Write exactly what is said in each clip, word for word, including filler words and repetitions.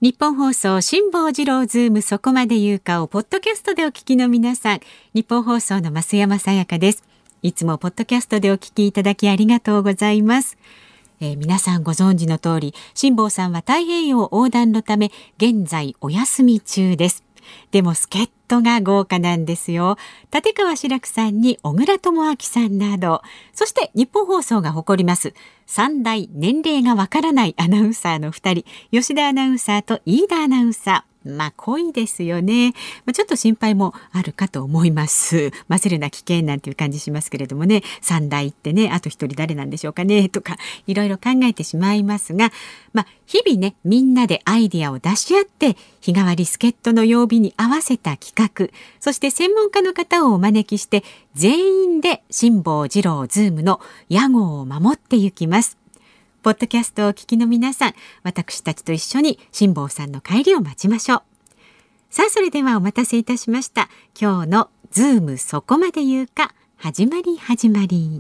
日本放送辛坊治郎ズームそこまで言うかをポッドキャストでお聞きの皆さん、日本放送の増山さやかです。いつもポッドキャストでお聞きいただきありがとうございます。えー、皆さんご存知の通り、辛坊さんは太平洋横断のため現在お休み中です。でも助っ人が豪華なんですよ。立川志らくさんに小倉智昭さんなど、そして日本放送が誇ります三大年齢がわからないアナウンサーのふたり、吉田アナウンサーと飯田アナウンサー。まあ濃いですよね。まあ、ちょっと心配もあるかと思います。混ぜるな危険なんていう感じしますけれどもね、三大ってね、あと一人誰なんでしょうかねとかいろいろ考えてしまいますが、まあ日々ね、みんなでアイディアを出し合って日替わり助っ人の曜日に合わせた企画、そして専門家の方をお招きして全員で辛坊治郎ズームの屋号を守っていきます。ポッドキャストをお聞きの皆さん、私たちと一緒に辛坊さんの帰りを待ちましょう。さあ、それではお待たせいたしました。今日のズームそこまで言うか、始まり始まり。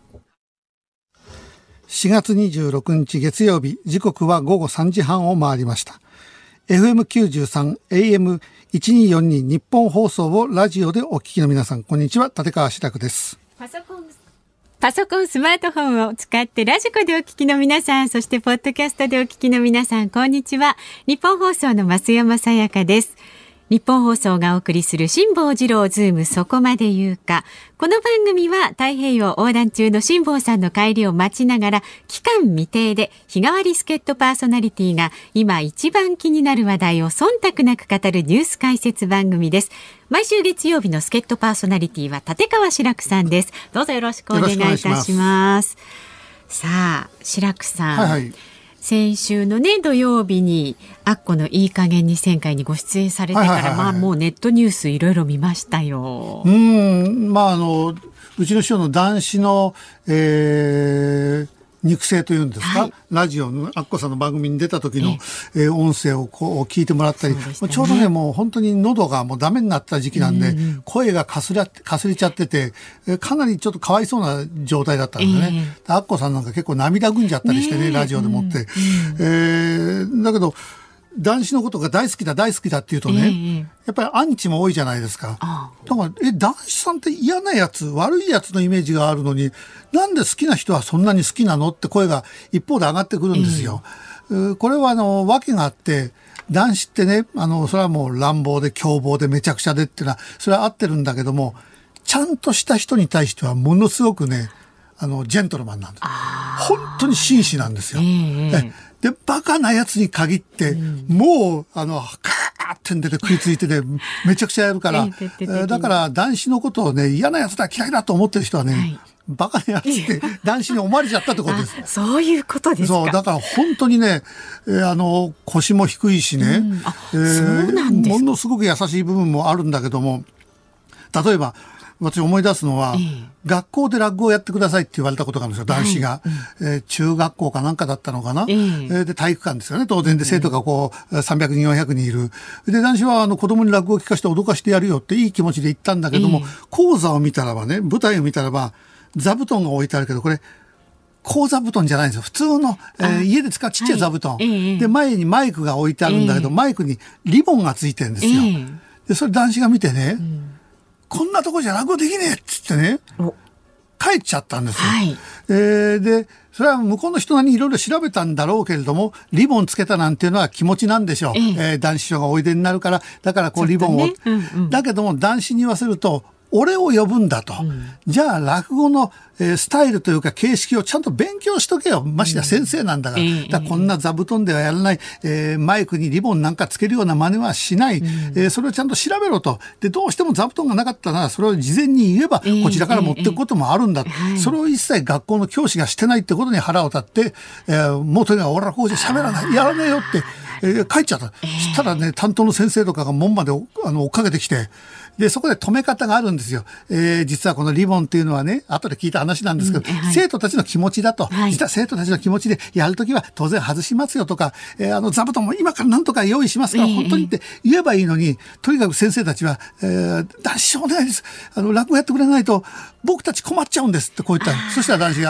しがつにじゅうろくにち月曜日、時刻はごごさんじはんを回りました。エフエムきゅうじゅうさん、エーエムせんにひゃくよんじゅうに 日本放送をラジオでお聞きの皆さん、こんにちは。立川志らくです。 パソコンパソコン、スマートフォンを使ってラジコでお聞きの皆さん、そしてポッドキャストでお聞きの皆さん、こんにちは。日本放送の増山さやかです。日本放送がお送りする辛坊治郎ズームそこまで言うか。この番組は太平洋横断中の辛坊さんの帰りを待ちながら、期間未定で日替わり助っ人パーソナリティが今一番気になる話題を忖度なく語るニュース解説番組です。毎週月曜日の助っ人パーソナリティは立川志らくさんです。どうぞよろしくお願いいたします。ますさあ、志らくさん、はいはい、先週のね土曜日にアッコのいい加減にせんかいにご出演されてから、はいはいはいはい、まあもうネットニュースいろいろ見ましたよ。 うーん、まああのうちの師匠の男子の、えー肉声というんですか、はい、ラジオのアッコさんの番組に出た時の、ええー、音声をこう聞いてもらったり、ね、ちょうどねもう本当に喉がもうダメになった時期なんで、うんうん、声がかすらかすれちゃってて、えー、かなりちょっとかわいそうな状態だったんでね、えー、アッコさんなんか結構涙ぐんじゃったりして ね, ねラジオでもって、うんうんえー、だけど男子のことが大好きだ大好きだっていうとね、えー、やっぱりアンチも多いじゃないですか。だからえ男子さんって嫌なやつ悪いやつのイメージがあるのに、なんで好きな人はそんなに好きなのって声が一方で上がってくるんですよ。えー、これはあの訳があって、男子ってねあのそれはもう乱暴で凶暴でめちゃくちゃでっていうのはそれは合ってるんだけども、ちゃんとした人に対してはものすごくねあのジェントルマンなんです。本当に紳士なんですよ。えーでバカなやつに限って、うん、もうあのカーってんでて食いついててめちゃくちゃやるから、えー、だから男子のことをね嫌なやつだ嫌いだと思ってる人はね、はい、バカなやつって男子に思われちゃったってことです。 そういうことですか。 そうだから本当にね、えー、あの腰も低いしね、うんあえー、そうなんですか。ものすごく優しい部分もあるんだけども、例えば私思い出すのは、えー、学校で落語をやってくださいって言われたことがあるんですよ、男子が、はいうんえー、中学校かなんかだったのかな、えー、で体育館ですよね当然で、生徒がこうさんびゃくにんよんひゃくにんいる。で男子はあの子供に落語を聞かせて脅かしてやるよっていい気持ちで言ったんだけども、えー、講座を見たらばね舞台を見たらば座布団が置いてあるけど、これ講座布団じゃないんですよ。普通の、えー、家で使うちっちゃい座布団、はいえー、で前にマイクが置いてあるんだけど、えー、マイクにリボンがついてるんですよ、えー、でそれ男子が見てね、うんこんなとこじゃ落語できねえっつってね帰っちゃったんですよ、はいえー、でそれは向こうの人なりにいろいろ調べたんだろうけれども、リボンつけたなんていうのは気持ちなんでしょう、えええー、男子師匠がおいでになるからだからこうリボンを、ねうんうん、だけども男子に言わせると俺を呼ぶんだと、うん、じゃあ落語の、えー、スタイルというか形式をちゃんと勉強しとけよ、ましてや先生なんだから、うん、だからこんな座布団ではやらない、えー、マイクにリボンなんかつけるような真似はしない、うんえー、それをちゃんと調べろと。でどうしても座布団がなかったならそれを事前に言えばこちらから持っていくこともあるんだ、えーえー、それを一切学校の教師がしてないってことに腹を立って、えー、もうとにかく俺はこうじゃ喋らないやらねえよって、えー、帰っちゃった、えー、そしたらね担当の先生とかが門まであの追っかけてきて、でそこで止め方があるんですよ、えー、実はこのリボンっていうのはね後で聞いた話なんですけど、うんはい、生徒たちの気持ちだと、はい、実は生徒たちの気持ちでやるときは当然外しますよとか、えー、あの座布団も今から何とか用意しますから、えー、本当にって言えばいいのに、とにかく先生たちは、えー、男子お願いです、あの落語やってくれないと僕たち困っちゃうんですってこう言った。そしたら男子が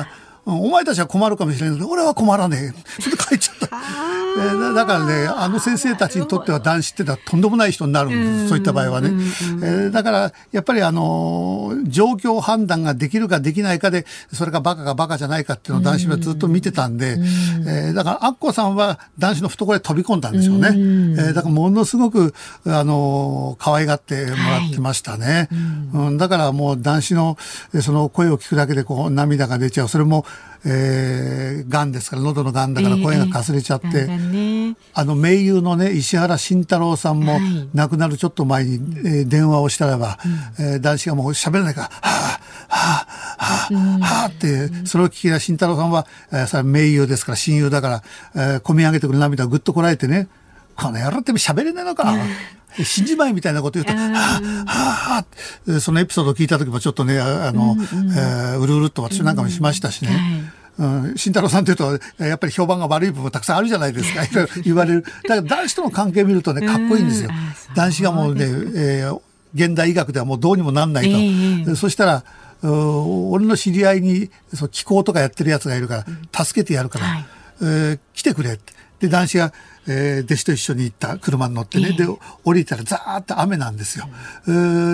お前たちは困るかもしれないけど俺は困らねえ。それで帰っちゃった。えー、だからね、あの先生たちにとっては男子ってのはとんでもない人になるんです。そういった場合はね。えー、だからやっぱりあの状況判断ができるかできないかで、それがバカかバカじゃないかっていうのを男子はずっと見てたんで、えー、だからアッコさんは男子の懐へ飛び込んだんでしょうね。えー、だからものすごくあの可愛がってもらってましたね。はい、うん、だからもう男子のその声を聞くだけでこう涙が出ちゃう。それもえー、がんですから、喉のがんだから声がかすれちゃって、えーね、あの盟友のね石原慎太郎さんも亡くなるちょっと前に、はい、えー、電話をしたらば、うん、えー、男子がもう喋れないからはぁはぁはぁ、うん、はぁって、それを聞きな慎太郎さんは、えー、それは盟友ですから親友だから、えー、込み上げてくる涙をぐっとこらえてね、この野郎って喋れないのか、うん、死んじまいみたいなこと言うと、はぁはぁはぁ、そのエピソードを聞いた時もちょっとね、あの、うんうん、えー、うるうるっと私なんかもしましたしね。うん、はい、うん、慎太郎さんというとやっぱり評判が悪い部分たくさんあるじゃないですか。言われる。だから男子との関係を見るとね、かっこいいんですよ。男子がもうね、えー、現代医学ではもうどうにもなんないと。えー、そしたら俺の知り合いにそう気候とかやってるやつがいるから助けてやるから、はい、えー、来てくれって。で男子が、えー、弟子と一緒に行った車に乗ってね、えー、で降りたらザーッと雨なんですよ。うん、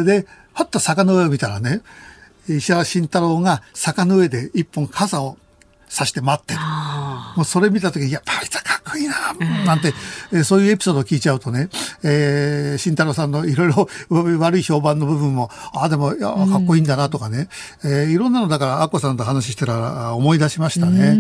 ではっと坂の上を見たらね、石原慎太郎が坂の上で一本傘を差して待ってる。もうそれ見た時にやっぱりかっこいいななんて、えー、そういうエピソードを聞いちゃうとね、えー、慎太郎さんのいろいろ悪い評判の部分もあでもいやかっこいいんだなとかね、うん、えー、いろんなのだからアッコさんと話してたら思い出しましたね。うん、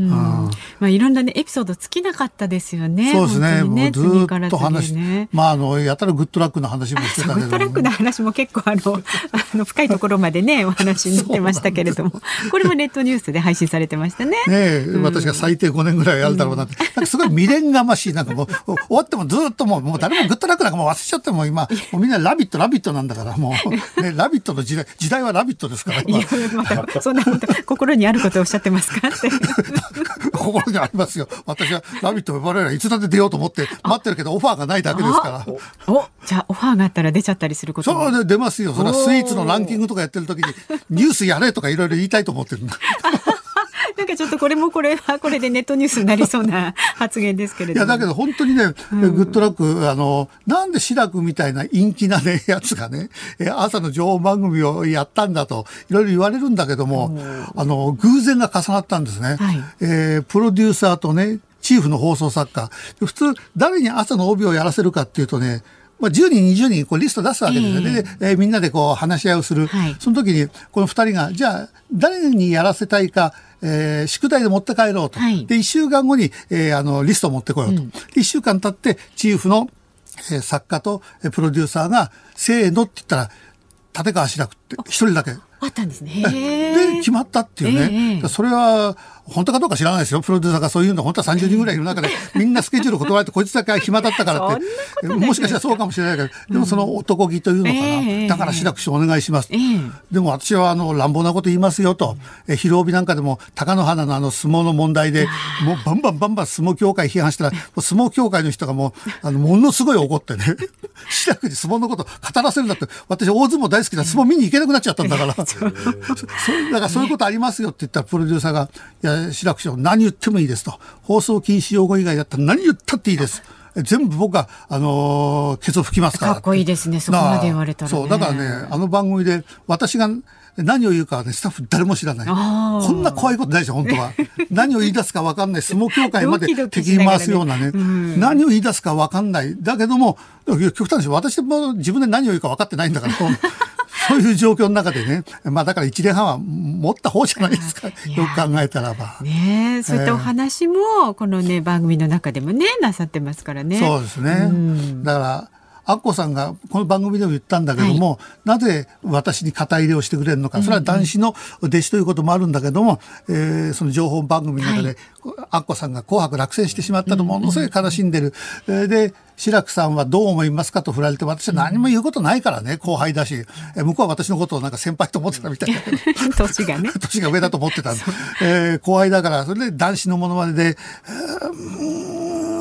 まあ、いろんな、ね、エピソード尽きなかったですよね。 そうですね。もうずっと話、ね、まああのやたらグッドラックの話もしてたけど、 グッドラックの話も結構あのあの深いところまでねお話になってましたけれども、これもネットニュースで配信されてましたね。 ねえ、うん、私が最低ごねんぐらいやるだろうなって、うん、なんかすごい未練がましい、なんかもう終わってもずっともう、もう誰もグッドラックなんかもう忘れちゃっても今もうみんなラビットラビットなんだからもう、ね、ラビットの時代時代はラビットですから。いやまたそんな心にあることをおっしゃってますかって心にありますよ。私はラビット呼ばれればいつだって出ようと思って待ってるけどオファーがないだけですから。 おおじゃあオファーがあったら出ちゃったりすることも。 そう出ますよ。それはスイーツのランキングとかやってる時にニュースやれとかいろいろ言いたいと思ってるんだなんかちょっとこれもこれはこれでネットニュースになりそうな発言ですけれども。 いやだけど本当にね、うん、グッドラックあのなんで志らくみたいな陰気なねやつがね朝の情報番組をやったんだといろいろ言われるんだけども、あの偶然が重なったんですね。はい、えー、プロデューサーとねチーフの放送作家、普通誰に朝の帯をやらせるかっていうとね、まあ、じゅうにんにじゅうにんこうリスト出すわけですよね。えー、で、えー、みんなでこう話し合いをする、はい、その時にこのふたりがじゃあ誰にやらせたいか、えー、宿題で持って帰ろうと、はい、でいっしゅうかんごに、えー、あのリストを持ってこようと、うん、いっしゅうかん経ってチーフの、えー、作家と、えー、プロデューサーがせーのって言ったら立川志らくって一人だけあったんですね。 で決まったっていうね、えー、それは本当かどうか知らないですよ。プロデューサーがそういうの本当はさんじゅうにんぐらいいる中でみんなスケジュール断られてこいつだけ暇だったからってもしかしたらそうかもしれないけど、でもその男気というのかな、えー、だから志らく師お願いします、えー、でも私はあの乱暴なこと言いますよと、え昼帯なんかでも貴乃花のあの相撲の問題でもうバンバンバンバン相撲協会批判したらもう相撲協会の人がもうあのものすごい怒ってね志らくに相撲のこと語らせるんだって、私大相撲大好きだ相撲見に行けなくなっちゃったんだからだからそういうことありますよって言ったらプロデューサーがいや志らく師匠何言ってもいいですと、放送禁止用語以外だったら何言ったっていいです、全部僕が、あのー、ケツを拭きますから。 かっこいいですね、そこまで言われたらね。 そうだからね、あの番組で私が何を言うかはねスタッフ誰も知らない。こんな怖いことないでしょ本当は何を言い出すか分かんない、相撲協会まで敵に回すようなね、うん、何を言い出すか分かんない、だけども極端に私も自分で何を言うか分かってないんだからそういう状況の中でね、まあだからいちねんはんは持った方じゃないですかよく考えたらばね。そういったお話もこのね番組の中でもねなさってますからね。 そうですね、うん、だからアッコさんがこの番組でも言ったんだけども、はい、なぜ私に肩入れをしてくれるのか、それは男子の弟子ということもあるんだけども、うんうん、えー、その情報番組の中で、はい、アッコさんが紅白落選してしまったとものすごい悲しんでる、うんうん、で志らくさんはどう思いますかと振られて、私は何も言うことないからね、後輩だし、え向こうは私のことをなんか先輩と思ってたみたいな年がね年が上だと思ってたんで、えー、後輩だから、それで男子のものまねで、えー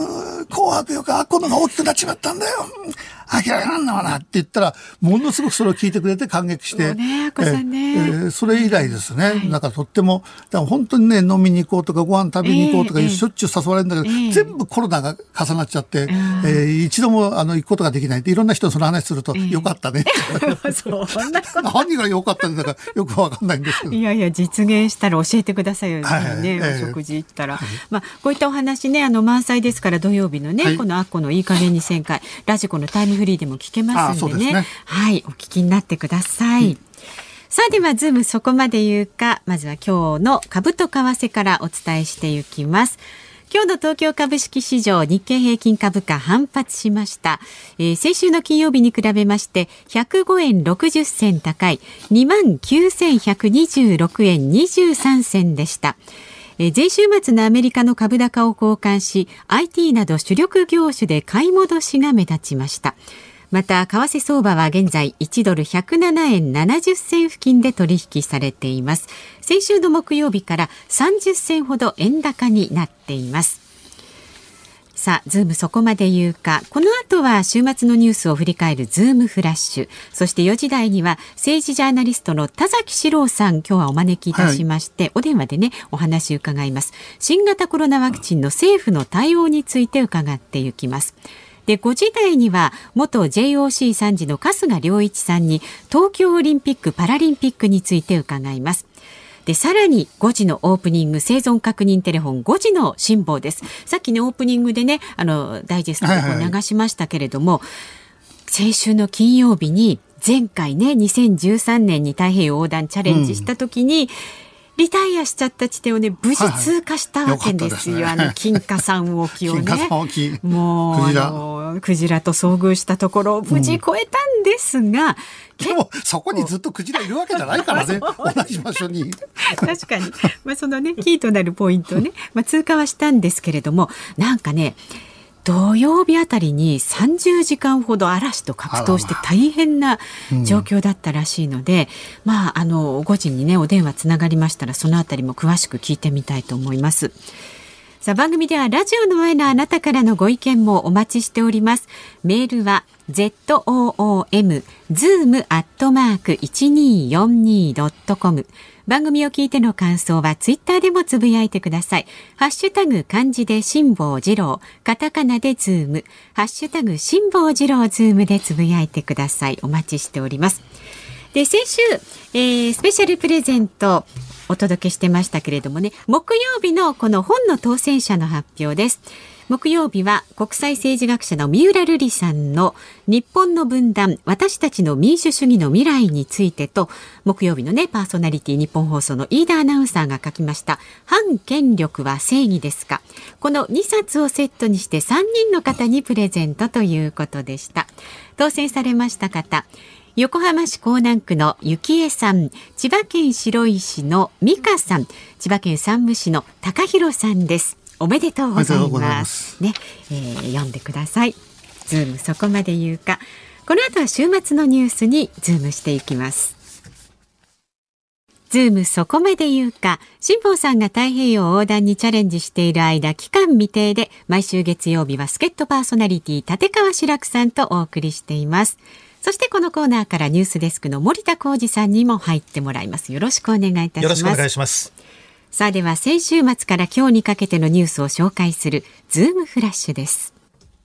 紅白よくあっこのが大きくなっちまったんだよ。諦めらんのはなって言ったら、ものすごくそれを聞いてくれて感激して、 ね、あっこさんね、 えー、それ以来ですね。はい、だからとっても、だから本当にね、飲みに行こうとかご飯食べに行こうとか、えー、しょっちゅう誘われるんだけど、えー、全部コロナが重なっちゃって、えーえー、一度もあの行くことができないって、いろんな人とその話すると、えー、よかったね。そんなこと何がよかったんだかよくわかんないんですけど。 いやいや、実現したら教えてくださいよね。はい、ね、お食事行ったら。はい、まあ、こういったお話ね、あの、満載ですから土曜日のね、はい、このあっこのいい加減にせんかい、ラジコのタイムフリーでも聞けますんでね。ね、はい、お聞きになってください。うん、さあ、ではズームそこまで言うか、まずは今日の株と為替からお伝えしていきます。今日の東京株式市場、日経平均株価反発しました。えー、先週の金曜日に比べましてひゃくごえんろくじゅっせん高い にまんきゅうせんひゃくにじゅうろくえんにじゅうさんせんでした。えー、前週末のアメリカの株高を好感し、 アイティー など主力業種で買い戻しが目立ちました。また為替相場は現在いちドルひゃくななえんななじゅっせん付近で取引されています。先週の木曜日からさんじゅっせんほど円高になっています。さあ、ズームそこまで言うか。この後は週末のニュースを振り返るズームフラッシュ。そしてよじ台には政治ジャーナリストの田崎史郎さん、今日はお招きいたしまして、はい、お電話でね、お話伺います。新型コロナワクチンの政府の対応について伺っていきます。で、ごじ台には元 ジェイオーシー 参事の春日良一さんに東京オリンピック・パラリンピックについて伺います。で、さらにごじのオープニング、生存確認テレフォンごじの辛抱です。さっきね、オープニングでね、あのダイジェストでこう流しましたけれども、はいはい、先週の金曜日に前回ね、にせんじゅうさんねんに太平洋横断チャレンジした時に、うん、リタイアしちゃった地点をね、無事通過したわけですよ。はいはい、あの金華山沖をね。金華山沖。もう、クジラ。あの、クジラと遭遇したところを無事越えたんですが、 うん、でも、そこにずっとクジラいるわけじゃないからね。同じ場所に。 確かに。まあ、そのね、キーとなるポイントをね、まあ、通過はしたんですけれども、なんかね、土曜日あたりにさんじゅうじかんほど嵐と格闘して大変な状況だったらしいので、うん、まあ、あのごじにね、お電話つながりましたら、そのあたりも詳しく聞いてみたいと思います。さあ、番組ではラジオの前のあなたからのご意見もお待ちしております。メールは ズーム ズーム アットマーク いちにーよんにー ドットコム。番組を聞いての感想はツイッターでもつぶやいてください。ハッシュタグ漢字で辛坊治郎、カタカナでズーム、ハッシュタグ辛坊治郎ズームでつぶやいてください。お待ちしております。で、先週、えー、スペシャルプレゼントお届けしてましたけれどもね、木曜日のこの本の当選者の発表です。木曜日は国際政治学者の三浦瑠麗さんの日本の分断、私たちの民主主義の未来についてと、木曜日のね、パーソナリティ日本放送の飯田アナウンサーが書きました反権力は正義ですか。このにさつをセットにしてさんにんの方にプレゼントということでした。当選されました方、横浜市港南区のゆきえさん、千葉県白井市の美香さん、千葉県山武市の高弘さんです。おめでとうございます。ね、えー、読んでください。ズームそこまで言うか。この後は週末のニュースにズームしていきます。ズームそこまで言うか。辛坊さんが太平洋横断にチャレンジしている間、期間未定で毎週月曜日は助っ人パーソナリティ立川志らくさんとお送りしています。そしてこのコーナーからニュースデスクの森田浩二さんにも入ってもらいます。よろしくお願いいたします。 よろしくお願いします。 さあ、では先週末から今日にかけてのニュースを紹介するズームフラッシュです。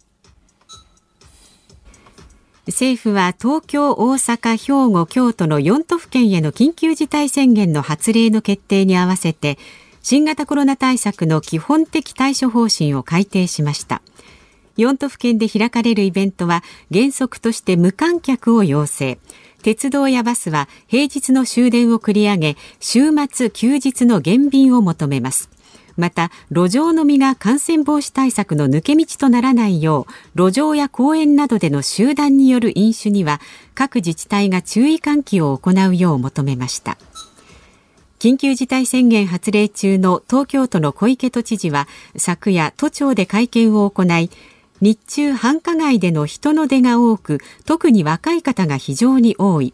政府は東京、大阪、兵庫、京都のよんとふけんへの緊急事態宣言の発令の決定に合わせて、新型コロナ対策の基本的対処方針を改定しました。よんとふけんで開かれるイベントは原則として無観客を要請。鉄道やバスは平日の終電を繰り上げ、週末休日の減便を求めます。また、路上飲みが感染防止対策の抜け道とならないよう、路上や公園などでの集団による飲酒には各自治体が注意喚起を行うよう求めました。緊急事態宣言発令中の東京都の小池都知事は昨夜都庁で会見を行い、日中繁華街での人の出が多く、特に若い方が非常に多い。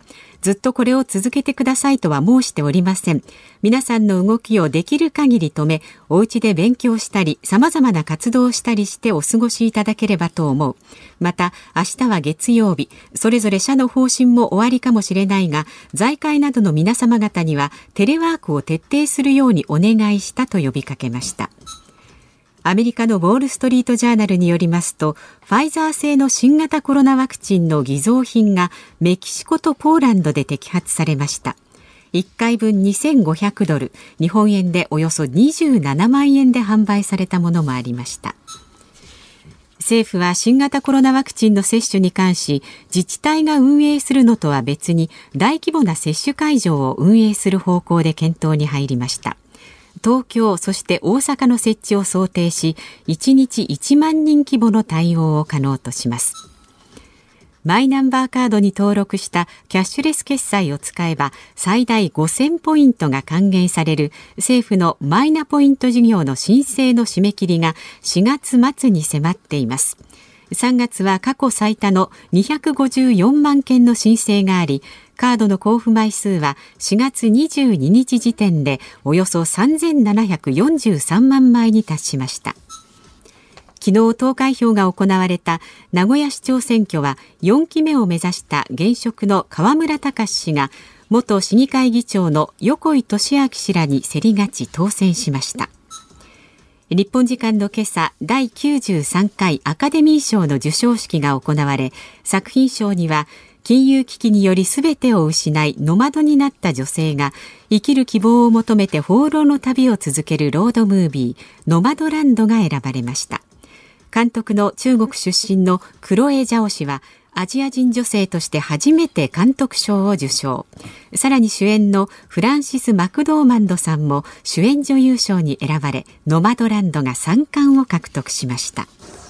ずっとこれを続けてくださいとは申しておりません。皆さんの動きをできる限り止め、お家で勉強したり様々な活動をしたりしてお過ごしいただければと思う。また明日は月曜日、それぞれ社の方針も終わりかもしれないが、財界などの皆様方にはテレワークを徹底するようにお願いしたと呼びかけました。アメリカのウォールストリートジャーナルによりますと、ファイザー製の新型コロナワクチンの偽造品がメキシコとポーランドで摘発されました。いっかいぶんにせんごひゃくドル、日本円でおよそにじゅうななまんえんで販売されたものもありました。政府は新型コロナワクチンの接種に関し、自治体が運営するのとは別に大規模な接種会場を運営する方向で検討に入りました。東京、そして大阪の設置を想定し、いちにちいちまんにん規模の対応を可能とします。マイナンバーカードに登録したキャッシュレス決済を使えば最大ごせんポイントが還元される政府のマイナポイント事業の申請の締め切りがしがつ末に迫っています。さんがつは過去最多のにひゃくごじゅうよんまんけんの申請があり、カードの交付枚数はしがつにじゅうににち時点でおよそさんぜんななひゃくよんじゅうさんまんまいに達しました。昨日投開票が行われた名古屋市長選挙はよんきめを目指した現職の河村たかし氏が元市議会議長の横井俊明氏らに競り勝ち当選しました。日本時間の今朝、だいきゅうじゅうさんかいアカデミー賞の授賞式が行われ、作品賞には金融危機により全てを失いノマドになった女性が生きる希望を求めて放浪の旅を続けるロードムービーノマドランドが選ばれました。監督の中国出身のクロエ・ジャオ氏はアジア人女性として初めて監督賞を受賞。さらに主演のフランシス・マクドーマンドさんも主演女優賞に選ばれ、ノマドランドがさんかんを獲得しました。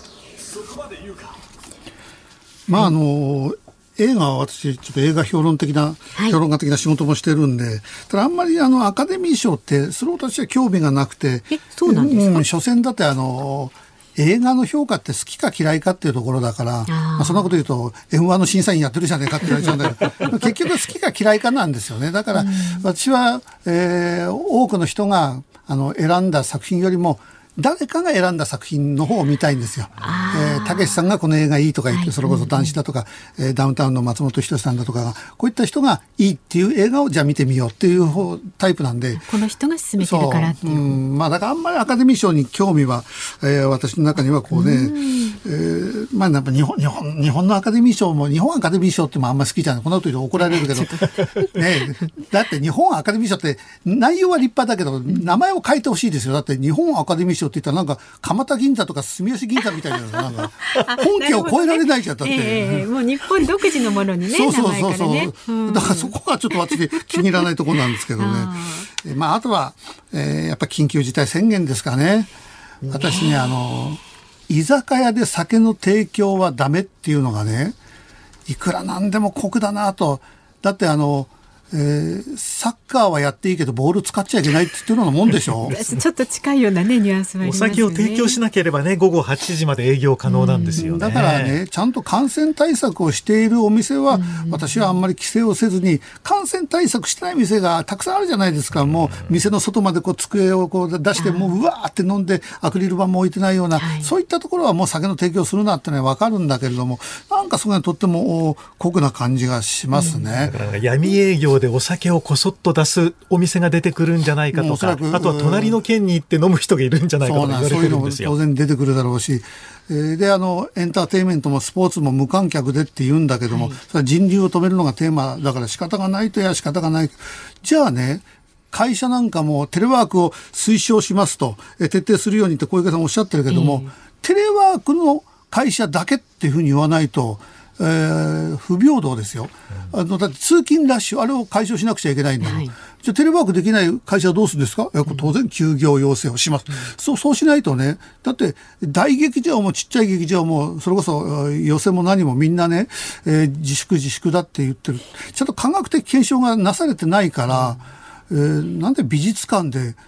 まああの映画は私ちょっと映画評論的な、はい、評論家的な仕事もしてるんで、ただあんまりあのアカデミー賞ってそれを私は興味がなくて、 えそうなんですか。 うん、所詮だってあの映画の評価って好きか嫌いかっていうところだから、あまあ、そんなこと言うと エムワン の審査員やってるじゃねえかって言われちゃうんだけど結局好きか嫌いかなんですよね。だから私は、えー、多くの人があの選んだ作品よりも誰かが選んだ作品の方を見たいんですよ。えー、たけしさんがこの映画いいとか言って、それこそ男子だとか、えー、ダウンタウンの松本人志さんだとかがこういった人がいいっていう映画をじゃあ見てみようっていう方タイプなんで、 この人が勧めてるからっていう、 うん、まあだからあんまりアカデミー賞に興味は、えー、私の中にはこうね、えー、まあやっぱ日本日本日本のアカデミー賞も日本アカデミー賞ってもあんまり好きじゃない。この後言うと怒られるけどね、だって日本アカデミー賞って内容は立派だけど名前を変えてほしいですよ。だって日本アカデミー賞って言ったらなんか蒲田銀座とか住吉銀座みたいななんか本家を超えられないじゃん。だって、 えー、もう日本独自のものにねそうそうそうそう、 ね、うん、 だからそこがちょっと私気に入らないところなんですけどね。あ, まああとは、えー、やっぱ緊急事態宣言ですかね。私ねあの居酒屋で酒の提供はダメっていうのがね、いくらなんでも酷だなと。だってあのえー、サッカーはやっていいけどボール使っちゃいけないって言ってるようなもんでしょちょっと近いようなねニュアンスはありますよね。 お酒を提供しなければねごごはちじまで営業可能なんですよね。 だからねちゃんと感染対策をしているお店は私はあんまり規制をせずに、感染対策してない店がたくさんあるじゃないですか。もう店の外までこう机をこう出してもううわーって飲んでアクリル板も置いてないような、はい、そういったところはもう酒の提供するなってのは分かるんだけれども、なんかそこがとっても酷な感じがしますね。 だから闇営業でお酒をこそっと出すお店が出てくるんじゃないかとか、あとは隣の県に行って飲む人がいるんじゃないかとか言われてるんですよ。 そういうのも当然出てくるだろうし、であのエンターテインメントもスポーツも無観客でって言うんだけども、はい、それは人流を止めるのがテーマだから仕方がないとや仕方がない。じゃあね会社なんかもテレワークを推奨しますと、え徹底するようにって小池さんおっしゃってるけども、えー、テレワークの会社だけっていうふうに言わないとえー、不平等ですよ。あのだって通勤ラッシュあれを解消しなくちゃいけないんだよ、はい、じゃあテレワークできない会社はどうするんですか。当然休業要請をします、うん、そうそうしないとね。だって大劇場もちっちゃい劇場もそれこそ予選も何もみんなね、えー、自粛自粛だって言ってる。ちゃんと科学的検証がなされてないから、うん、えー、なんで美術館で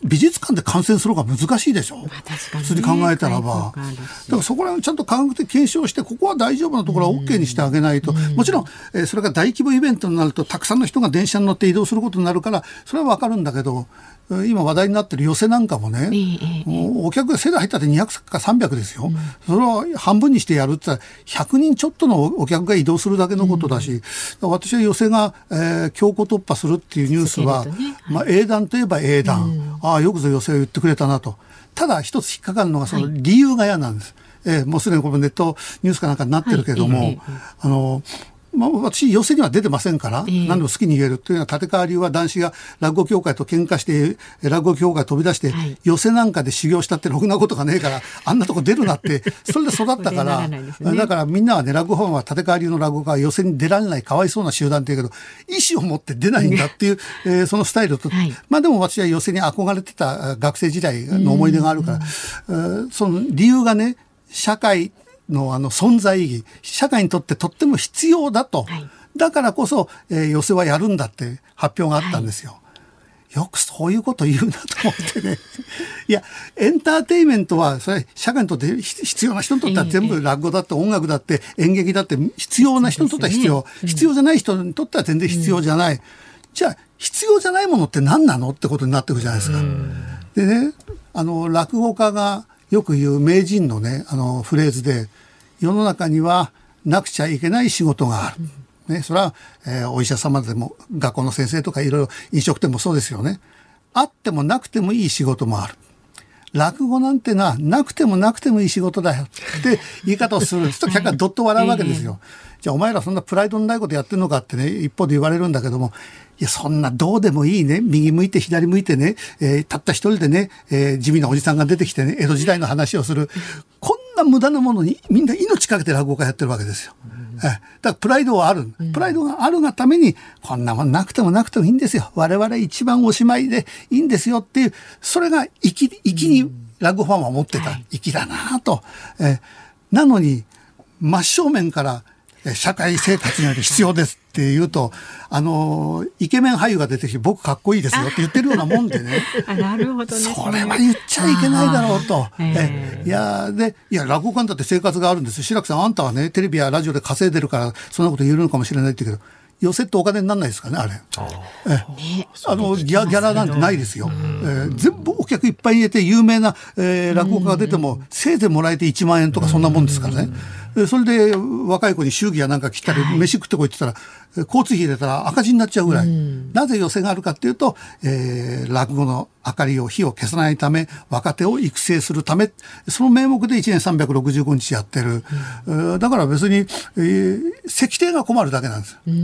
美術館で観戦する方が難しいでしょ、まあ確かにね、普通に考えたらば。だからそこら辺ちゃんと科学的検証して、ここは大丈夫なところは OK にしてあげないと、もちろん、えー、それが大規模イベントになるとたくさんの人が電車に乗って移動することになるから、それはわかるんだけど、今話題になってる寄席なんかもね、えー、お客がせいぜい入ったってにひゃくかさんびゃくですよ、うん、それを半分にしてやるって言ったらひゃくにんちょっとのお客が移動するだけのことだし、うん、私は寄席が、えー、強行突破するっていうニュースは、ね、まあ、英断といえば英断、うん、ああよくぞ寄席を言ってくれたなと。ただ一つ引っかかるのがその理由が嫌なんです、はい、えー、もうすでにこのネットニュースかなんかになってるけども、はい、あのまあ、私寄席には出てませんから、えー、何でも好きに言えるというのは、立川流は男子が落語協会と喧嘩して落語協会飛び出して、はい、寄席なんかで修行したってろくなことがねえからあんなとこ出るなってそれで育ったから、ね、だからみんなはね、落語ファンは立川流の落語家は寄席に出られないかわいそうな集団って言うけど、意思を持って出ないんだっていう、えー、そのスタイルと、はい、まあでも私は寄席に憧れてた学生時代の思い出があるから、えー、その理由がね、社会のあの存在意義、社会にとってとっても必要だと、はい、だからこそ、えー、寄席はやるんだって発表があったんですよ、はい、よくそういうこと言うなと思ってねいやエンターテインメントはそれ社会にとって必要な人にとっては全部落語だって音楽だって演劇だって必要な人にとっては必要、ね、うん、必要じゃない人にとっては全然必要じゃない、うん、じゃあ必要じゃないものって何なのってことになってくるじゃないですか、うん、でね、あの落語家がよく言う名人のね、あのフレーズで、世の中にはなくちゃいけない仕事がある、うん、ね、それは、えー、お医者様でも学校の先生とかいろいろ飲食店もそうですよね。あってもなくてもいい仕事もある。落語なんてのはなくてもなくてもいい仕事だよって言い方をする人、客がどっと笑うわけですよ、えー、じゃあお前らそんなプライドのないことやってるのかってね、一方で言われるんだけども、いやそんなどうでもいいね、右向いて左向いてね、えー、たった一人でね、えー、地味なおじさんが出てきてね、江戸時代の話をする、こんな無駄なものにみんな命かけて落語家やってるわけですよ、うん、えー、だからプライドはある、プライドがあるがために、こんなもんなくてもなくてもいいんですよ、我々一番おしまいでいいんですよっていう、それが粋に落語ファンは思ってた、粋だなと、えー、なのに真正面から社会生活において必要ですって言うと、あのイケメン俳優が出てきて僕かっこいいですよって言ってるようなもんでねあ、なるほどね、 それは言っちゃいけないだろうと、えー、いやでいや落語家だって生活があるんですよ、志らくさんあんたはねテレビやラジオで稼いでるからそんなこと言えるのかもしれないって言うけど、寄席ってお金にならないですかねあれ、あえね、あのギャ、ギャラなんてないですよ、えー、全部お客いっぱい入れて有名な、えー、落語家が出てもせいぜいもらえていちまんえんとかそんなもんですからね。それで若い子に祝儀やなんか来たり、はい、飯食ってこいって言ったら交通費入れたら赤字になっちゃうぐらい、なぜ寄席があるかっていうと、えー、落語の明かりを火を消さないため、若手を育成するため、その名目でいちねんさんびゃくろくじゅうごにちやってる、うん、だから別に、えー、石庭が困るだけなんです、うん、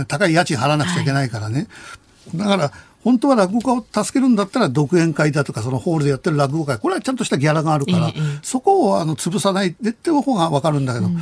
高い家賃払わなくちゃいけないからね、はい、だから本当は落語家を助けるんだったら独演会だとかそのホールでやってる落語会、これはちゃんとしたギャラがあるから、ええ、そこをあの潰さないでって方が分かるんだけど、うん、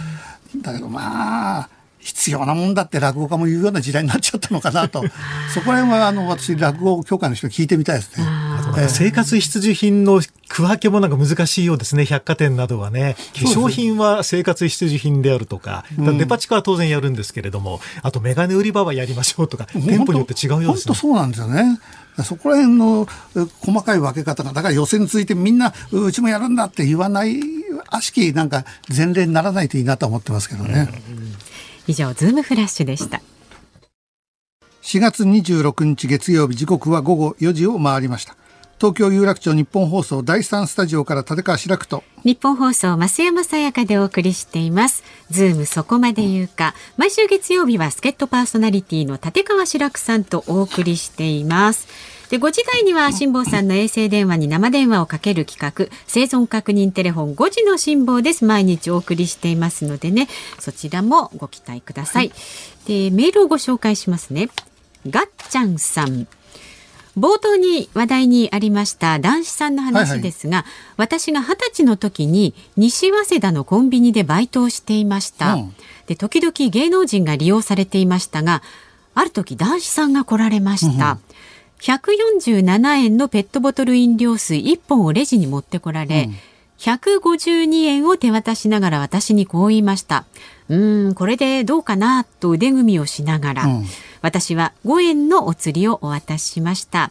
だけどまあ必要なもんだって落語家も言うような時代になっちゃったのかなとそこら辺はあの私落語協会の人に聞いてみたいですね。 生活必需品の区分けもなんか難しいようですね。百貨店などはね、化粧品は生活必需品であるとか、うん、デパ地下は当然やるんですけれども、あとメガネ売り場はやりましょうとか、店舗によって違うようですね。 本当そうなんですよね。そこら辺の細かい分け方が、だから予選についてみんなうちもやるんだって言わない悪しきなんか前例にならないといいなと思ってますけどね、うんうん、 以上ズームフラッシュでした。 しがつにじゅうろくにち月曜日、時刻はごごよじを回りました。東京有楽町日本放送だいさんスタジオから立川志らくと日本放送増山さやかでお送りしています。ズームそこまで言うか、毎週月曜日は助っ人パーソナリティの立川志らくさんとお送りしています。でごじ台には辛坊さんの衛星電話に生電話をかける企画、生存確認テレフォンごじの辛坊です。毎日お送りしていますのでね、そちらもご期待ください。でメールをご紹介しますね。ガッチャンさん、冒頭に話題にありました男子さんの話ですが、はいはい、私がはたちの時に西早稲田のコンビニでバイトをしていました、うん、で時々芸能人が利用されていましたが、ある時男子さんが来られました、うん、ひゃくよんじゅうななえんのペットボトル飲料水いっぽんをレジに持ってこられ、うん、ひゃくごじゅうにえんを手渡しながら私にこう言いました。うーんこれでどうかなと腕組みをしながら、うん、私はごえんのお釣りをお渡ししました。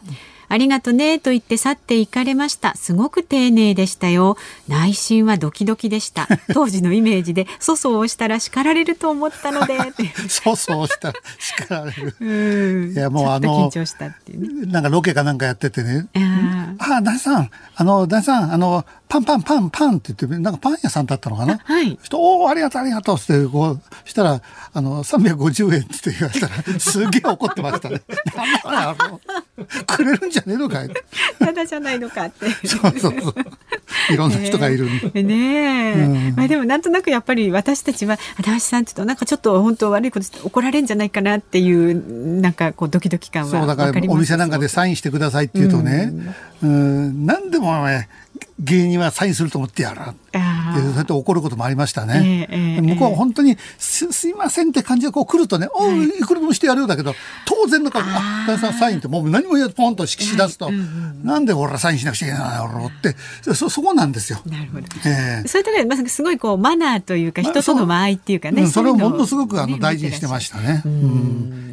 ありがとねと言って去っていかれました。すごく丁寧でしたよ。内心はドキドキでした。当時のイメージで粗相をしたら叱られると思ったので粗相をしたら叱られるうん、いやもうあの緊張したっていう、ね、 なんかロケかなんかやっててね、ああ大さんあの大さんあのパンパンパンパンって言ってなんかパン屋さんだったのかな、はい、おおありがとうありがとうってこうしたらあのさんびゃくごじゅうえんって言われたらすげえ怒ってましたねなんだくれるんじゃねえのかいただじゃないのかってそうそうそういろんな人がいるねえ、ねえ、うん、まあ、でもなんとなくやっぱり私たちは高橋さんって言うとなんかちょっと本当悪いことして怒られるんじゃないかなっていうなんかこうドキドキ感は分かります。 そうだからお店なんかでサインしてくださいって言うとね、うん、うん何でもね芸人はサインすると思ってやるってそうやって怒ることもありましたね、えーえー、向こうは本当に す, すいませんって感じでこう来るとね、はい、おいくらでもしてやるようだけど当然の顔ああサインってもう何も言わずポンと色紙出すと、うんうん、なんで俺らサインしなくちゃいけないのってそ, そこなんですよ。なるほど、えー、 そういうところで、まあ、すごいこうマナーというか人との間合いっていうかね、 まあ、そ, うん、それをものすごくあの大事にしてましたね。うん、うん、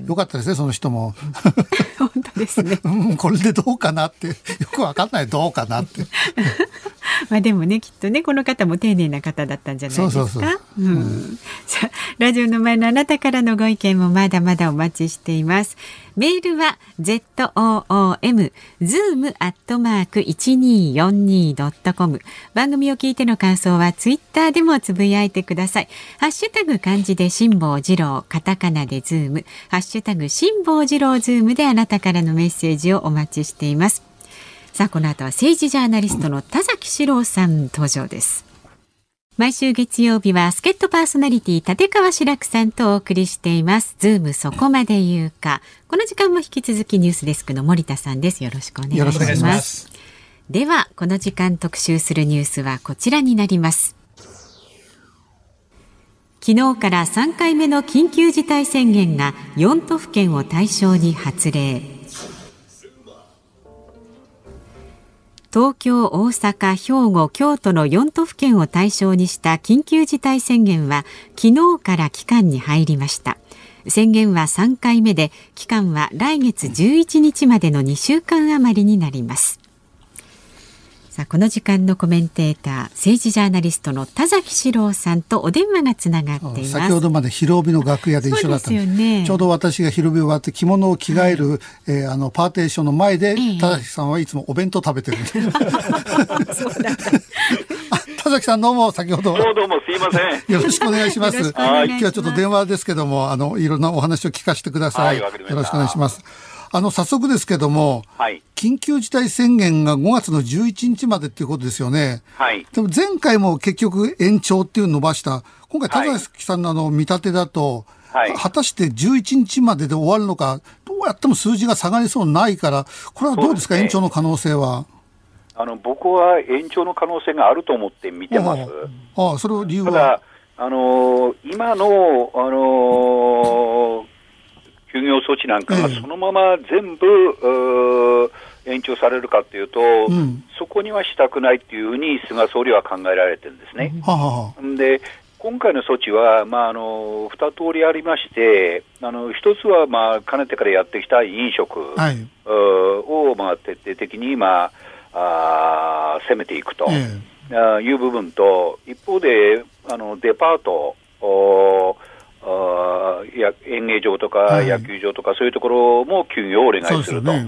よかったですねその人も本当ですね、 うん、これでどうかなってよくわかんないどうかなってまあでもねきっとねこの方も丁寧な方だったんじゃないですか。そうそうそう、うんうん、さあラジオの前のあなたからのご意見もまだまだお待ちしています。メールは ズーム ズーム アットマーク いちにーよんにー ドットコム 番組を聞いての感想はツイッターでもつぶやいてください。ハッシュタグ漢字で辛坊治郎カタカナでズームハッシュタグ辛坊治郎ズームであなたからのメッセージをお待ちしています。さあこの後は政治ジャーナリストの田崎史郎さん登場です。毎週月曜日は助っ人パーソナリティ立川志らくさんとお送りしていますズームそこまで言うか。この時間も引き続きニュースデスクの森田さんです。よろしくお願いします。よろしくお願いします。ではこの時間特集するニュースはこちらになります。昨日からさんかいめの緊急事態宣言がよん都府県を対象に発令。東京、大阪、兵庫、京都のよん都府県を対象にした緊急事態宣言は昨日から期間に入りました。宣言はさんかいめで期間は来月じゅういちにちまでのにしゅうかん余りになります。さあこの時間のコメンテーター政治ジャーナリストの田崎史郎さんとお電話がつながっています。 先ほどまで広帯の楽屋で一緒だったんです。そうですよね、ちょうど私が広帯終わって着物を着替える、はい、えー、あのパーテーションの前で、えー、田崎さんはいつもお弁当食べてるそうだった田崎さんどうも先ほどどうもすいませんよろしくお願いします。今日はちょっと電話ですけどもあのいろんなお話を聞かせてください。はい、よろしくお願いします。あの早速ですけども、はい、緊急事態宣言がごがつのじゅういちにちまでっていうことですよね。はい、でも前回も結局延長っていうのを伸ばした。今回田崎さんのあの見立てだと、はい、果たしてじゅういちにちまでで終わるのかどうやっても数字が下がりそうないからこれはどうですか、延長の可能性は。 あの僕は延長の可能性があると思って見てます。 ああ、それを理由は。 ただあのー、今の、あのー休業措置なんかがそのまま全部、えー、延長されるかというと、うん、そこにはしたくないというふうに菅総理は考えられてるんですね。はははで今回の措置は、まあ、あのに通りありましてあの一つは、まあ、かねてからやってきた飲食、はい、を、まあ、徹底的に、まあ、あ攻めていくと、えー、いう部分と一方であのデパートあや演芸場とか野球場とか、はい、そういうところも休業をお願いすると、 そ, う、ね、うん、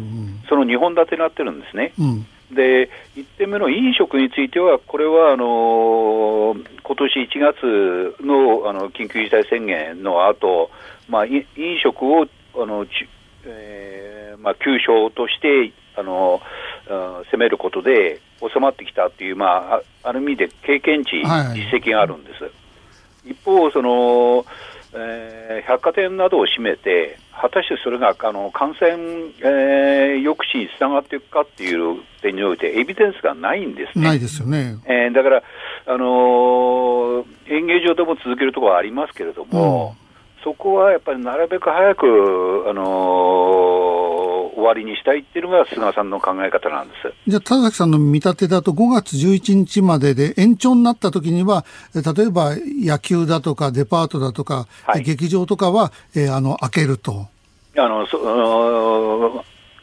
そのにほん立てになってるんですね。うん、でいってんめの飲食についてはこれはあのー、今年いちがつ の, あの緊急事態宣言の後、まあ、飲食をあの、えーまあ、急所としてあの攻めることで収まってきたという、まあ、ある意味で経験値、はい、実績があるんです。一方そのえー、百貨店などを閉めて果たしてそれがあの感染、えー、抑止につながっていくかっていう点においてエビデンスがないんですね。 ないですよね。 えー、だから、あのー、演芸場でも続けるところはありますけれども、うん、そこはやっぱりなるべく早く、あのー、終わりにしたいっていうのが菅さんの考え方なんです。 じゃあ田崎さんの見立てだとごがつじゅういちにちまでで延長になった時には例えば野球だとかデパートだとか、はい、劇場とかは、えー、あの開けるとあのそ